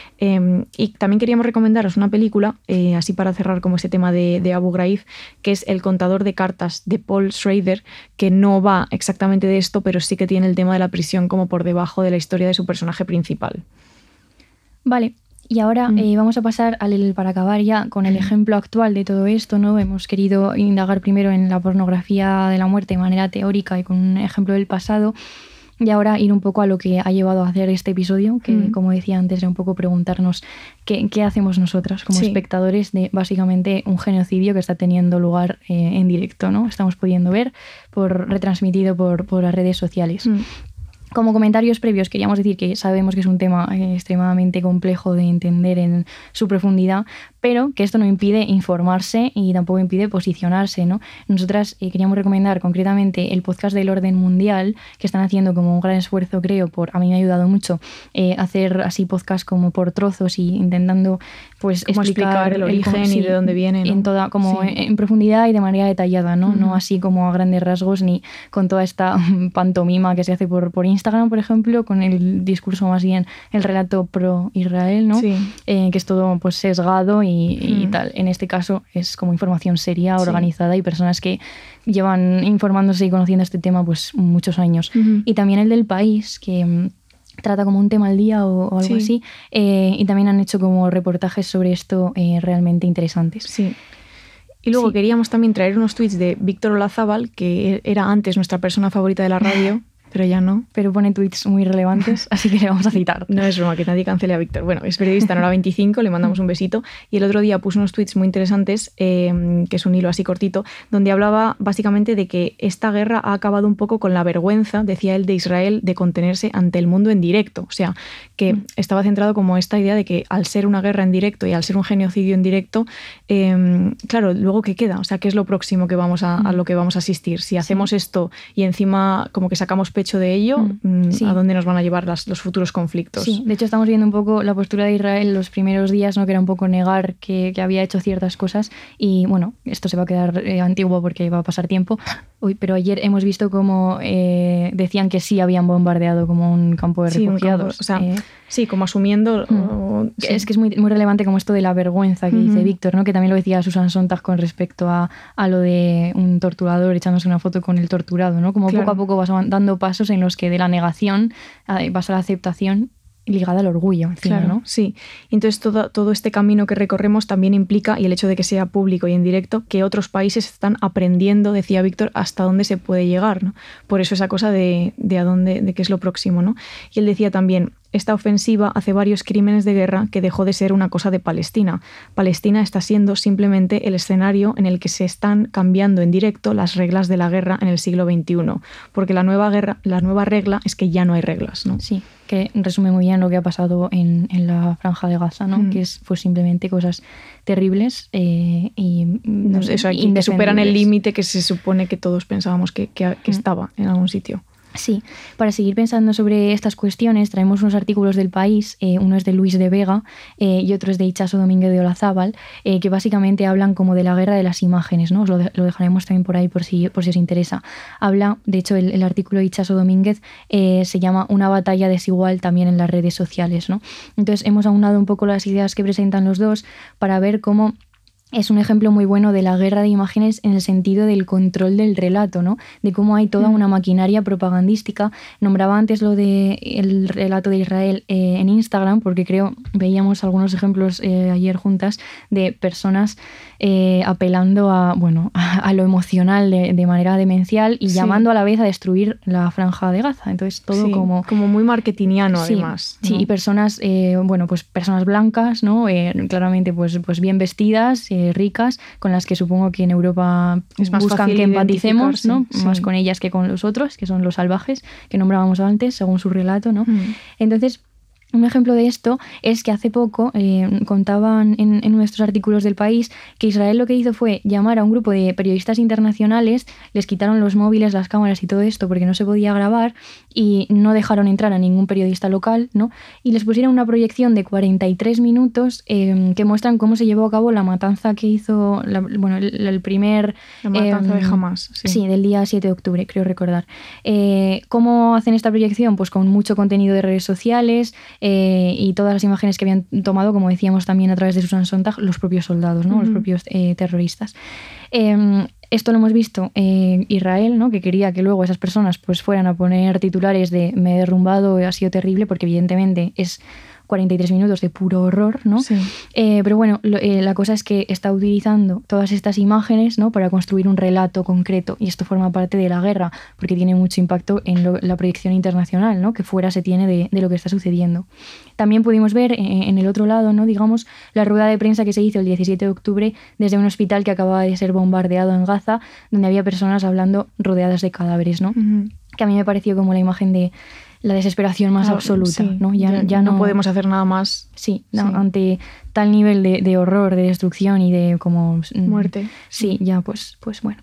Y también queríamos recomendaros una película, así para cerrar como ese tema de Abu Ghraib, que es El contador de cartas de Paul Schrader, que no va exactamente de esto, pero sí que tiene el tema de la prisión como por debajo de la historia de su personaje principal. Vale, y ahora vamos a pasar para acabar ya con el ejemplo actual de todo esto, ¿no? Hemos querido indagar primero en la pornografía de la muerte de manera teórica y con un ejemplo del pasado. Y ahora ir un poco a lo que ha llevado a hacer este episodio, que como decía antes, era un poco preguntarnos qué hacemos nosotras como espectadores de básicamente un genocidio que está teniendo lugar en directo, ¿no? Estamos pudiendo ver retransmitido por las redes sociales. Como comentarios previos, queríamos decir que sabemos que es un tema extremadamente complejo de entender en su profundidad, pero que esto no impide informarse y tampoco impide posicionarse, ¿no? Nosotras queríamos recomendar concretamente el podcast del Orden Mundial, que están haciendo como un gran esfuerzo, creo, a mí me ha ayudado mucho hacer así podcast como por trozos y intentando pues explicar el origen y de dónde viene, ¿no? En toda, como en profundidad y de manera detallada, ¿no? No así como a grandes rasgos ni con toda esta pantomima que se hace por Instagram, por ejemplo, con el discurso más bien, el relato pro-Israel, ¿no? Sí. Que es todo pues sesgado y tal. En este caso es como información seria, organizada y personas que llevan informándose y conociendo este tema pues muchos años. Y también el del País, que trata como un tema al día o algo así, y también han hecho como reportajes sobre esto realmente interesantes. Sí. Y luego queríamos también traer unos tweets de Víctor Olazábal, que era antes nuestra persona favorita de la radio, pero ya no. Pero pone tweets muy relevantes, así que le vamos a citar. No es broma, que nadie cancele a Víctor. Bueno, es periodista en Hora 25, le mandamos un besito. Y el otro día puso unos tweets muy interesantes, que es un hilo así cortito, donde hablaba básicamente de que esta guerra ha acabado un poco con la vergüenza, decía él, de Israel de contenerse ante el mundo en directo. O sea, que estaba centrado como esta idea de que al ser una guerra en directo y al ser un genocidio en directo, claro, luego ¿qué queda? O sea, ¿qué es lo próximo que vamos a lo que vamos a asistir? Si hacemos esto y encima como que sacamos hecho de ello, ¿a dónde nos van a llevar los futuros conflictos? Sí, de hecho estamos viendo un poco la postura de Israel los primeros días, ¿no? Que era un poco negar que había hecho ciertas cosas y bueno, esto se va a quedar antiguo porque va a pasar tiempo. Pero ayer hemos visto cómo decían que sí habían bombardeado como un campo de refugiados. Como asumiendo... Es que es muy, muy relevante como esto de la vergüenza que dice Víctor, ¿no? Que también lo decía Susan Sontag con respecto a lo de un torturador echándose una foto con el torturado, ¿no? Como poco a poco vas dando pasos en los que de la negación vas a la aceptación ligada al orgullo, encima, claro, ¿no? Sí. Entonces todo este camino que recorremos también implica, y el hecho de que sea público y en directo, que otros países están aprendiendo, decía Víctor, hasta dónde se puede llegar, ¿no? Por eso esa cosa de a dónde, de qué es lo próximo, ¿no? Y él decía también, esta ofensiva hace varios crímenes de guerra que dejó de ser una cosa de Palestina. Palestina está siendo simplemente el escenario en el que se están cambiando en directo las reglas de la guerra en el siglo XXI, porque la nueva regla es que ya no hay reglas, ¿no? Sí, que resume muy bien lo que ha pasado en la Franja de Gaza, ¿no? Que es pues simplemente cosas terribles y que superan el límite que se supone que todos pensábamos que estaba en algún sitio. Sí, para seguir pensando sobre estas cuestiones traemos unos artículos del País, uno es de Luis de Vega y otro es de Itxaso Domínguez de Olazábal, que básicamente hablan como de la guerra de las imágenes, ¿no? Os lo dejaremos también por ahí por si os interesa. Habla, de hecho el artículo de Itxaso Domínguez se llama Una batalla desigual también en las redes sociales, ¿no? Entonces hemos aunado un poco las ideas que presentan los dos para ver cómo es un ejemplo muy bueno de la guerra de imágenes en el sentido del control del relato, ¿no? De cómo hay toda una maquinaria propagandística. Nombraba antes lo del relato de Israel en Instagram, porque veíamos algunos ejemplos ayer juntas de personas apelando a lo emocional de manera demencial y llamando a la vez a destruir la Franja de Gaza. Entonces todo como muy marketingiano, además, ¿no? Sí, y personas, personas blancas, ¿no? Claramente pues bien vestidas, ricas, con las que supongo que en Europa buscan que empaticemos, ¿no? Sí. Más con ellas que con los otros, que son los salvajes, que nombrábamos antes, según su relato, ¿no? Entonces, un ejemplo de esto es que hace poco contaban en nuestros artículos del País que Israel lo que hizo fue llamar a un grupo de periodistas internacionales, les quitaron los móviles, las cámaras y todo esto porque no se podía grabar y no dejaron entrar a ningún periodista local, ¿no? Y les pusieron una proyección de 43 minutos que muestran cómo se llevó a cabo la matanza que hizo, el primer... La matanza de Hamás. Sí, del día 7 de octubre, creo recordar. ¿Cómo hacen esta proyección? Pues con mucho contenido de redes sociales y todas las imágenes que habían tomado, como decíamos también a través de Susan Sontag, los propios soldados, ¿no? Los propios terroristas. Esto lo hemos visto Israel, ¿no? Que quería que luego esas personas pues fueran a poner titulares de me he derrumbado, ha sido terrible, porque evidentemente es 43 minutos de puro horror, ¿no? Sí. Pero bueno, la cosa es que está utilizando todas estas imágenes, ¿no? Para construir un relato concreto, y esto forma parte de la guerra, porque tiene mucho impacto en la proyección internacional, ¿no? Que fuera se tiene de lo que está sucediendo. También pudimos ver en el otro lado, ¿no? Digamos, la rueda de prensa que se hizo el 17 de octubre desde un hospital que acababa de ser bombardeado en Gaza, donde había personas hablando rodeadas de cadáveres, ¿no? Que a mí me pareció como la imagen de la desesperación más absoluta, sí, ¿no? Ya no podemos hacer nada más. Sí, no, sí. Ante tal nivel de horror, de destrucción y de como muerte. Sí, ya pues bueno.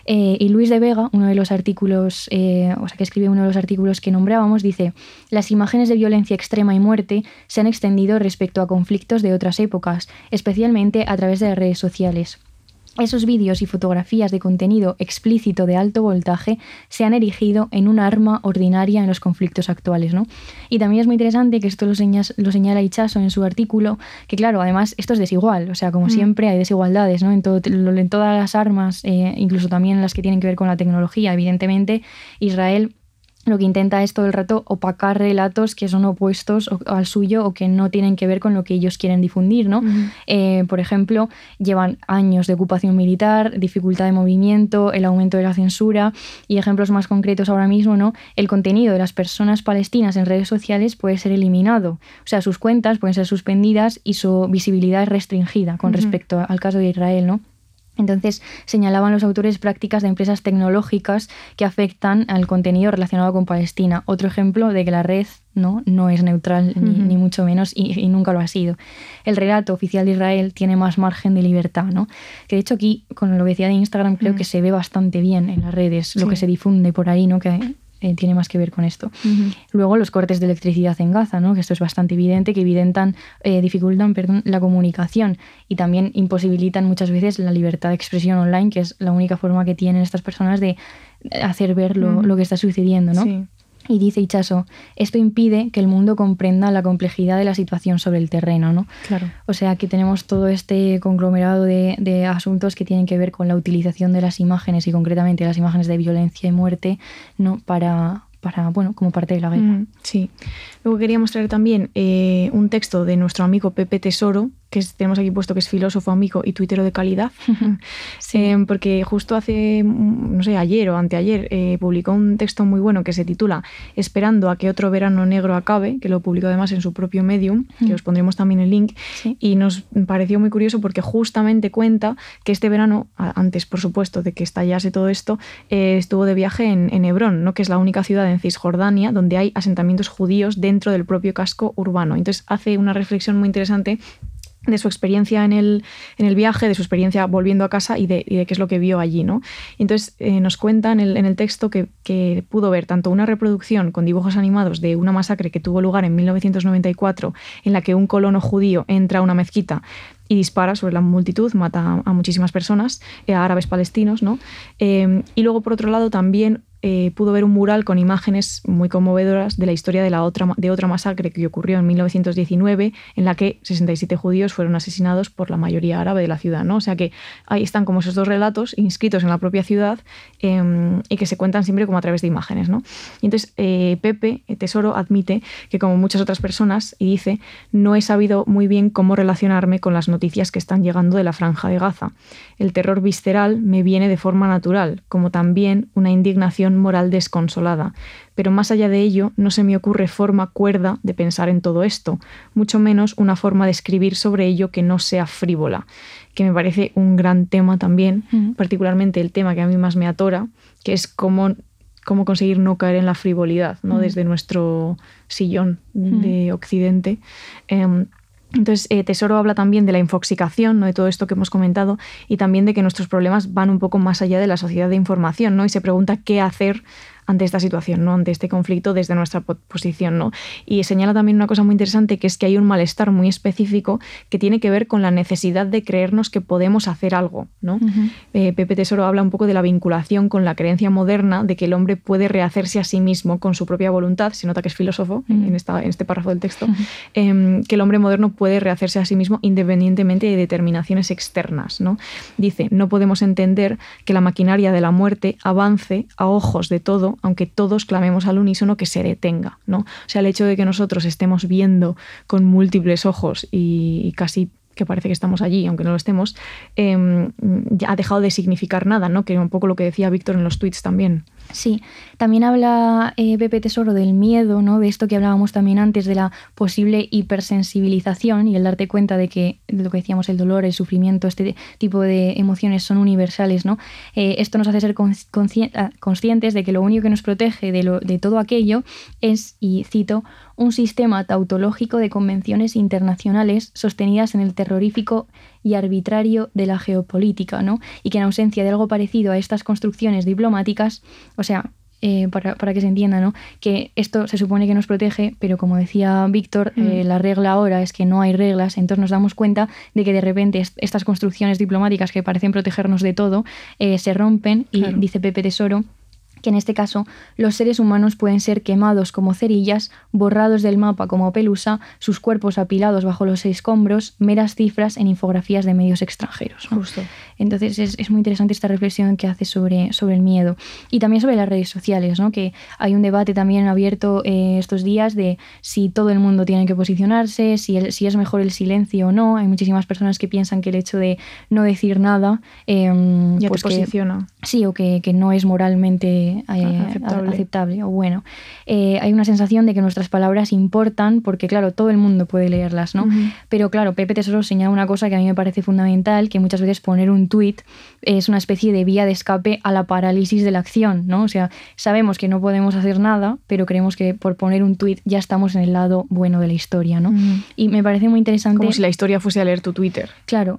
Y Luis de Vega, uno de los artículos, que escribe uno de los artículos que nombrábamos, dice: las imágenes de violencia extrema y muerte se han extendido respecto a conflictos de otras épocas, especialmente a través de las redes sociales. Esos vídeos y fotografías de contenido explícito de alto voltaje se han erigido en un arma ordinaria en los conflictos actuales, ¿no? Y también es muy interesante que esto lo señala Itxaso en su artículo, que claro, además esto es desigual, o sea, como siempre hay desigualdades, ¿no? En todas las armas, incluso también en las que tienen que ver con la tecnología. Evidentemente, Israel lo que intenta es todo el rato opacar relatos que son opuestos al suyo o que no tienen que ver con lo que ellos quieren difundir, ¿no? Por ejemplo, llevan años de ocupación militar, dificultad de movimiento, el aumento de la censura, y ejemplos más concretos ahora mismo, ¿no? El contenido de las personas palestinas en redes sociales puede ser eliminado, o sea, sus cuentas pueden ser suspendidas y su visibilidad es restringida con respecto al caso de Israel, ¿no? Entonces señalaban los autores prácticas de empresas tecnológicas que afectan al contenido relacionado con Palestina. Otro ejemplo de que la red no es neutral ni mucho menos y nunca lo ha sido. El relato oficial de Israel tiene más margen de libertad, ¿no? Que de hecho aquí, con lo que decía de Instagram, creo que se ve bastante bien en las redes, lo que se difunde por ahí, ¿no? Que tiene más que ver con esto. Luego los cortes de electricidad en Gaza, ¿no? Que esto es bastante evidente, que dificultan la comunicación y también imposibilitan muchas veces la libertad de expresión online, que es la única forma que tienen estas personas de hacer ver lo que está sucediendo, ¿no? Sí. Y dice Itxaso, esto impide que el mundo comprenda la complejidad de la situación sobre el terreno, ¿no? Claro. O sea que tenemos todo este conglomerado de asuntos que tienen que ver con la utilización de las imágenes y concretamente las imágenes de violencia y muerte, ¿no? Para como parte de la guerra. Sí. Luego quería mostrar también un texto de nuestro amigo Pepe Tesoro, que tenemos aquí puesto que es filósofo, amigo y tuitero de calidad, sí. Porque justo hace, no sé, ayer o anteayer, publicó un texto muy bueno que se titula Esperando a que otro verano negro acabe, que lo publicó además en su propio Medium, que os pondremos también el link, sí. Y nos pareció muy curioso porque justamente cuenta que este verano, antes por supuesto de que estallase todo esto, estuvo de viaje en Hebrón, ¿no? Que es la única ciudad en Cisjordania donde hay asentamientos judíos dentro del propio casco urbano. Entonces hace una reflexión muy interesante de su experiencia en el viaje, de su experiencia volviendo a casa y de qué es lo que vio allí, ¿no? Entonces nos cuenta en el texto que pudo ver tanto una reproducción con dibujos animados de una masacre que tuvo lugar en 1994 en la que un colono judío entra a una mezquita y dispara sobre la multitud, mata a muchísimas personas, a árabes palestinos, ¿no? Y luego, por otro lado, también pudo ver un mural con imágenes muy conmovedoras de la historia de otra masacre que ocurrió en 1919, en la que 67 judíos fueron asesinados por la mayoría árabe de la ciudad, ¿no? O sea que ahí están como esos dos relatos inscritos en la propia ciudad y que se cuentan siempre como a través de imágenes, ¿no? Y entonces Pepe Tesoro admite que, como muchas otras personas, y dice, no he sabido muy bien cómo relacionarme con las noticias que están llegando de la Franja de Gaza. El terror visceral me viene de forma natural, como también una indignación moral desconsolada, pero más allá de ello no se me ocurre forma cuerda de pensar en todo esto, mucho menos una forma de escribir sobre ello que no sea frívola, que me parece un gran tema también, particularmente el tema que a mí más me atora, que es cómo conseguir no caer en la frivolidad, ¿no? Desde nuestro sillón de Occidente. Entonces, Tesoro habla también de la infoxicación, ¿no? De todo esto que hemos comentado, y también de que nuestros problemas van un poco más allá de la sociedad de información, ¿no? Y se pregunta qué hacer ante esta situación, ¿no? Ante este conflicto desde nuestra posición, ¿no? Y señala también una cosa muy interesante, que es que hay un malestar muy específico que tiene que ver con la necesidad de creernos que podemos hacer algo, ¿no? Pepe Tesoro habla un poco de la vinculación con la creencia moderna de que el hombre puede rehacerse a sí mismo con su propia voluntad. Se nota que es filósofo en este párrafo del texto, que el hombre moderno puede rehacerse a sí mismo independientemente de determinaciones externas, ¿no? Dice, no podemos entender que la maquinaria de la muerte avance a ojos de todo, aunque todos clamemos al unísono que se detenga, ¿no? O sea, el hecho de que nosotros estemos viendo con múltiples ojos y casi que parece que estamos allí, aunque no lo estemos, ya ha dejado de significar nada, ¿no? Que un poco lo que decía Víctor en los tweets también. Sí, también habla Pepe Tesoro del miedo, ¿no? De esto que hablábamos también antes, de la posible hipersensibilización y el darte cuenta de que, lo que decíamos, el dolor, el sufrimiento, este tipo de emociones son universales, ¿no? Esto nos hace ser conscientes de que lo único que nos protege de todo aquello es, y cito, un sistema tautológico de convenciones internacionales sostenidas en el terrorífico y arbitrario de la geopolítica, ¿no? Y que en ausencia de algo parecido a estas construcciones diplomáticas, o sea, para que se entienda, ¿no? Que esto se supone que nos protege, pero como decía Víctor, la regla ahora es que no hay reglas, entonces nos damos cuenta de que de repente estas construcciones diplomáticas que parecen protegernos de todo se rompen y claro. Dice Pepe Tesoro que en este caso los seres humanos pueden ser quemados como cerillas, borrados del mapa como pelusa, sus cuerpos apilados bajo los escombros, meras cifras en infografías de medios extranjeros, ¿no? Justo. Entonces es muy interesante esta reflexión que hace sobre el miedo. Y también sobre las redes sociales, ¿no? Que hay un debate también abierto estos días de si todo el mundo tiene que posicionarse, si es mejor el silencio o no. Hay muchísimas personas que piensan que el hecho de no decir nada ya pues te posiciona. Sí, o que no es moralmente aceptable o bueno. Hay una sensación de que nuestras palabras importan porque, claro, todo el mundo puede leerlas, ¿no? Pero, claro, Pepe Tesoro señala una cosa que a mí me parece fundamental, que muchas veces poner un tuit es una especie de vía de escape a la parálisis de la acción, ¿no? O sea, sabemos que no podemos hacer nada, pero creemos que por poner un tuit ya estamos en el lado bueno de la historia, ¿no? Y me parece muy interesante... Como si la historia fuese a leer tu Twitter. Claro,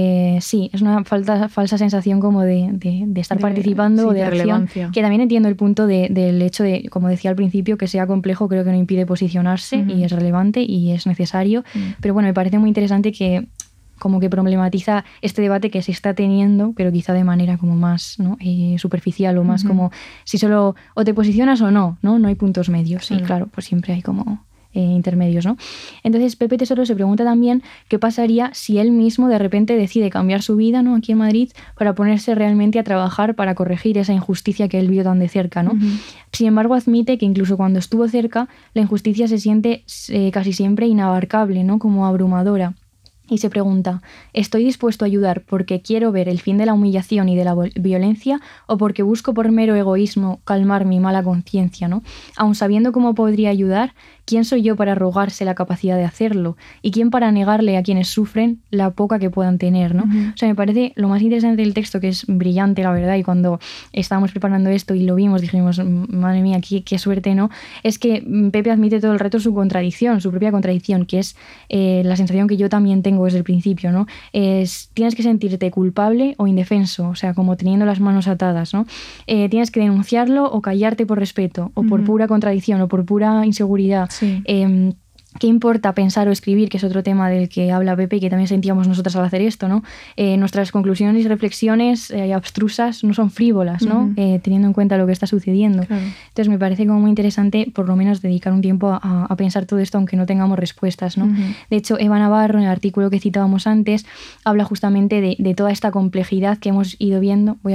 sí, es una falsa sensación como de estar participando o de acción, relevancia. Que también entiendo el punto del hecho de, como decía al principio, que sea complejo, creo que no impide posicionarse y es relevante y es necesario, pero bueno, me parece muy interesante que como que problematiza este debate que se está teniendo, pero quizá de manera como más, ¿no? Superficial o más como si solo o te posicionas o no hay puntos medios. Y claro, pues siempre hay como intermedios, ¿no? Entonces Pepe Tesoro se pregunta también qué pasaría si él mismo de repente decide cambiar su vida, ¿no? Aquí en Madrid, para ponerse realmente a trabajar para corregir esa injusticia que él vio tan de cerca, ¿no? Sin embargo, admite que incluso cuando estuvo cerca, la injusticia se siente casi siempre inabarcable, ¿no? Como abrumadora. y se pregunta, ¿estoy dispuesto a ayudar porque quiero ver el fin de la humillación y de la violencia o porque busco por mero egoísmo calmar mi mala conciencia, ¿no? Aun sabiendo cómo podría ayudar, ¿quién soy yo para arrogarse la capacidad de hacerlo? ¿Y quién para negarle a quienes sufren la poca que puedan tener, ¿no? O sea, me parece lo más interesante del texto, que es brillante, la verdad, y cuando estábamos preparando esto y lo vimos, dijimos, madre mía, qué suerte, ¿no? Es que Pepe admite todo el rato su contradicción, su propia contradicción, que es la sensación que yo también tengo desde el principio, ¿no? Tienes que sentirte culpable o indefenso, o sea, como teniendo las manos atadas, ¿no? Tienes que denunciarlo o callarte por respeto, o por pura contradicción, o por pura inseguridad. Sí. ¿Qué importa pensar o escribir? Que es otro tema del que habla Pepe y que también sentíamos nosotras al hacer esto, ¿no? Nuestras conclusiones y reflexiones abstrusas no son frívolas, ¿no? Teniendo en cuenta lo que está sucediendo. Claro. Entonces me parece como muy interesante por lo menos dedicar un tiempo a pensar todo esto aunque no tengamos respuestas, ¿no? De hecho, Eva Navarro, en el artículo que citábamos antes, habla justamente de toda esta complejidad que hemos ido viendo. Voy a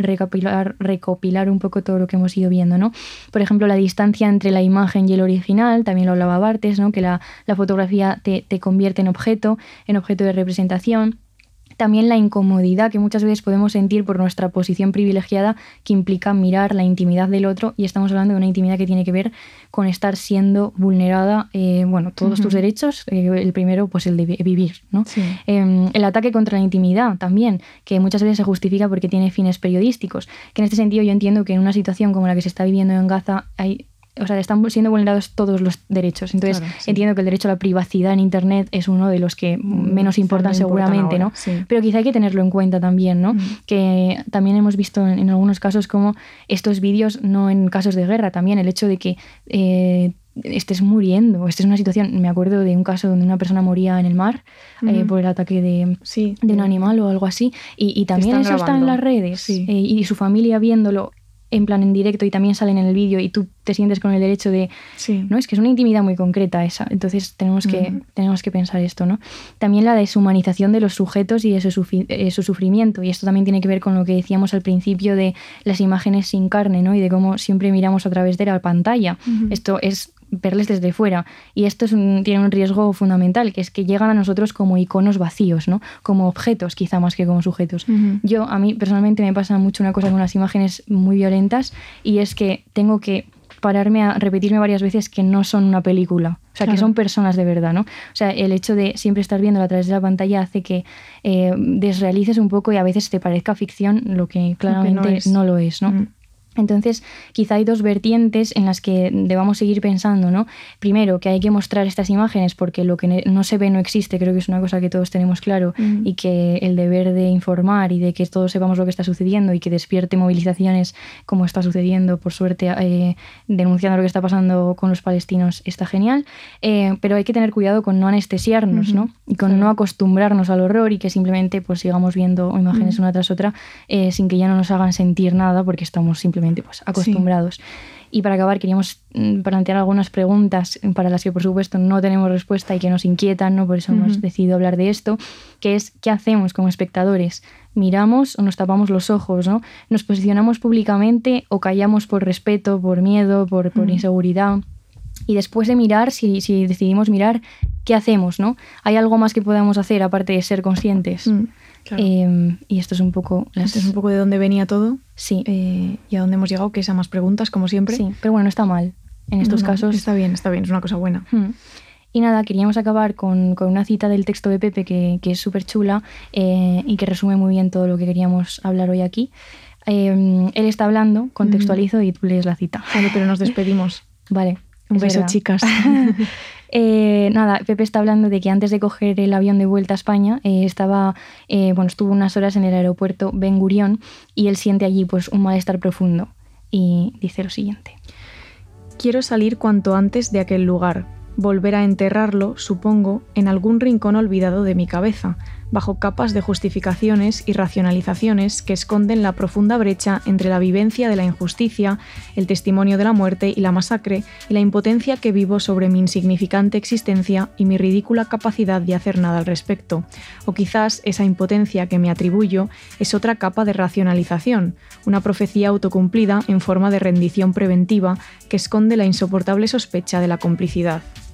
recopilar un poco todo lo que hemos ido viendo, ¿no? Por ejemplo, la distancia entre la imagen y el original, también lo hablaba Barthes, ¿no? Que la fotografía te convierte en objeto de representación. También la incomodidad que muchas veces podemos sentir por nuestra posición privilegiada, que implica mirar la intimidad del otro, y estamos hablando de una intimidad que tiene que ver con estar siendo vulnerada, todos tus derechos, el primero, pues el de vivir, ¿no? Sí. El ataque contra la intimidad también, que muchas veces se justifica porque tiene fines periodísticos, que en este sentido yo entiendo que en una situación como la que se está viviendo en Gaza están siendo vulnerados todos los derechos. Entonces, claro, sí, entiendo que el derecho a la privacidad en Internet es uno de los que menos importan seguramente, ahora, ¿no? Sí. Pero quizá hay que tenerlo en cuenta también, ¿no? Que también hemos visto en algunos casos como estos vídeos, no en casos de guerra, también el hecho de que estés muriendo. Esta es una situación, me acuerdo de un caso donde una persona moría en el mar por el ataque de un animal o algo así, y también eso está en las redes, y su familia viéndolo en directo, y también salen en el vídeo y tú te sientes con el derecho de... Sí. ¿No? Es que es una intimidad muy concreta esa. Entonces tenemos que pensar esto, ¿no? También la deshumanización de los sujetos y de su sufrimiento. Y esto también tiene que ver con lo que decíamos al principio de las imágenes sin carne, ¿no? Y de cómo siempre miramos a través de la pantalla. Esto es verles desde fuera, y esto tiene un riesgo fundamental, que es que llegan a nosotros como iconos vacíos, ¿no? Como objetos, quizá más que como sujetos. A mí personalmente me pasa mucho una cosa con las imágenes muy violentas, y es que tengo que pararme a repetirme varias veces que no son una película, o sea, claro, que son personas de verdad, ¿no? O sea, el hecho de siempre estar viéndolo a través de la pantalla hace que desrealices un poco y a veces te parezca ficción lo que claramente no lo es, ¿no? Entonces, quizá hay dos vertientes en las que debamos seguir pensando, ¿no? Primero, que hay que mostrar estas imágenes porque lo que no se ve no existe, creo que es una cosa que todos tenemos claro, y que el deber de informar y de que todos sepamos lo que está sucediendo y que despierte movilizaciones como está sucediendo, por suerte, denunciando lo que está pasando con los palestinos, está genial, pero hay que tener cuidado con no anestesiarnos, ¿no? Y con no acostumbrarnos al horror y que simplemente pues sigamos viendo imágenes una tras otra sin que ya no nos hagan sentir nada porque estamos simplemente pues acostumbrados. Sí. Y para acabar queríamos plantear algunas preguntas para las que por supuesto no tenemos respuesta y que nos inquietan, ¿no? Por eso hemos decidido hablar de esto, que es ¿qué hacemos como espectadores? ¿Miramos o nos tapamos los ojos, ¿no? ¿Nos posicionamos públicamente o callamos por respeto, por miedo, por inseguridad? Y después de mirar, si decidimos mirar, ¿qué hacemos, no? ¿Hay algo más que podamos hacer aparte de ser conscientes? Claro. Y esto es un poco... Esto es un poco de dónde venía todo. Sí. Y a dónde hemos llegado, que es a más preguntas, como siempre. Sí, pero bueno, no está mal. En estos casos... Está bien, es una cosa buena. Y nada, queríamos acabar con una cita del texto de Pepe que es súper chula y que resume muy bien todo lo que queríamos hablar hoy aquí. Él está hablando, contextualizo y tú lees la cita. Vale, pero nos despedimos. Vale. Un beso, chicas. Nada, Pepe está hablando de que antes de coger el avión de vuelta a España estuvo unas horas en el aeropuerto Ben Gurión y él siente allí pues un malestar profundo y dice lo siguiente: quiero salir cuanto antes de aquel lugar, volver a enterrarlo, supongo, en algún rincón olvidado de mi cabeza, bajo capas de justificaciones y racionalizaciones que esconden la profunda brecha entre la vivencia de la injusticia, el testimonio de la muerte y la masacre, y la impotencia que vivo sobre mi insignificante existencia y mi ridícula capacidad de hacer nada al respecto. O quizás esa impotencia que me atribuyo es otra capa de racionalización, una profecía autocumplida en forma de rendición preventiva que esconde la insoportable sospecha de la complicidad.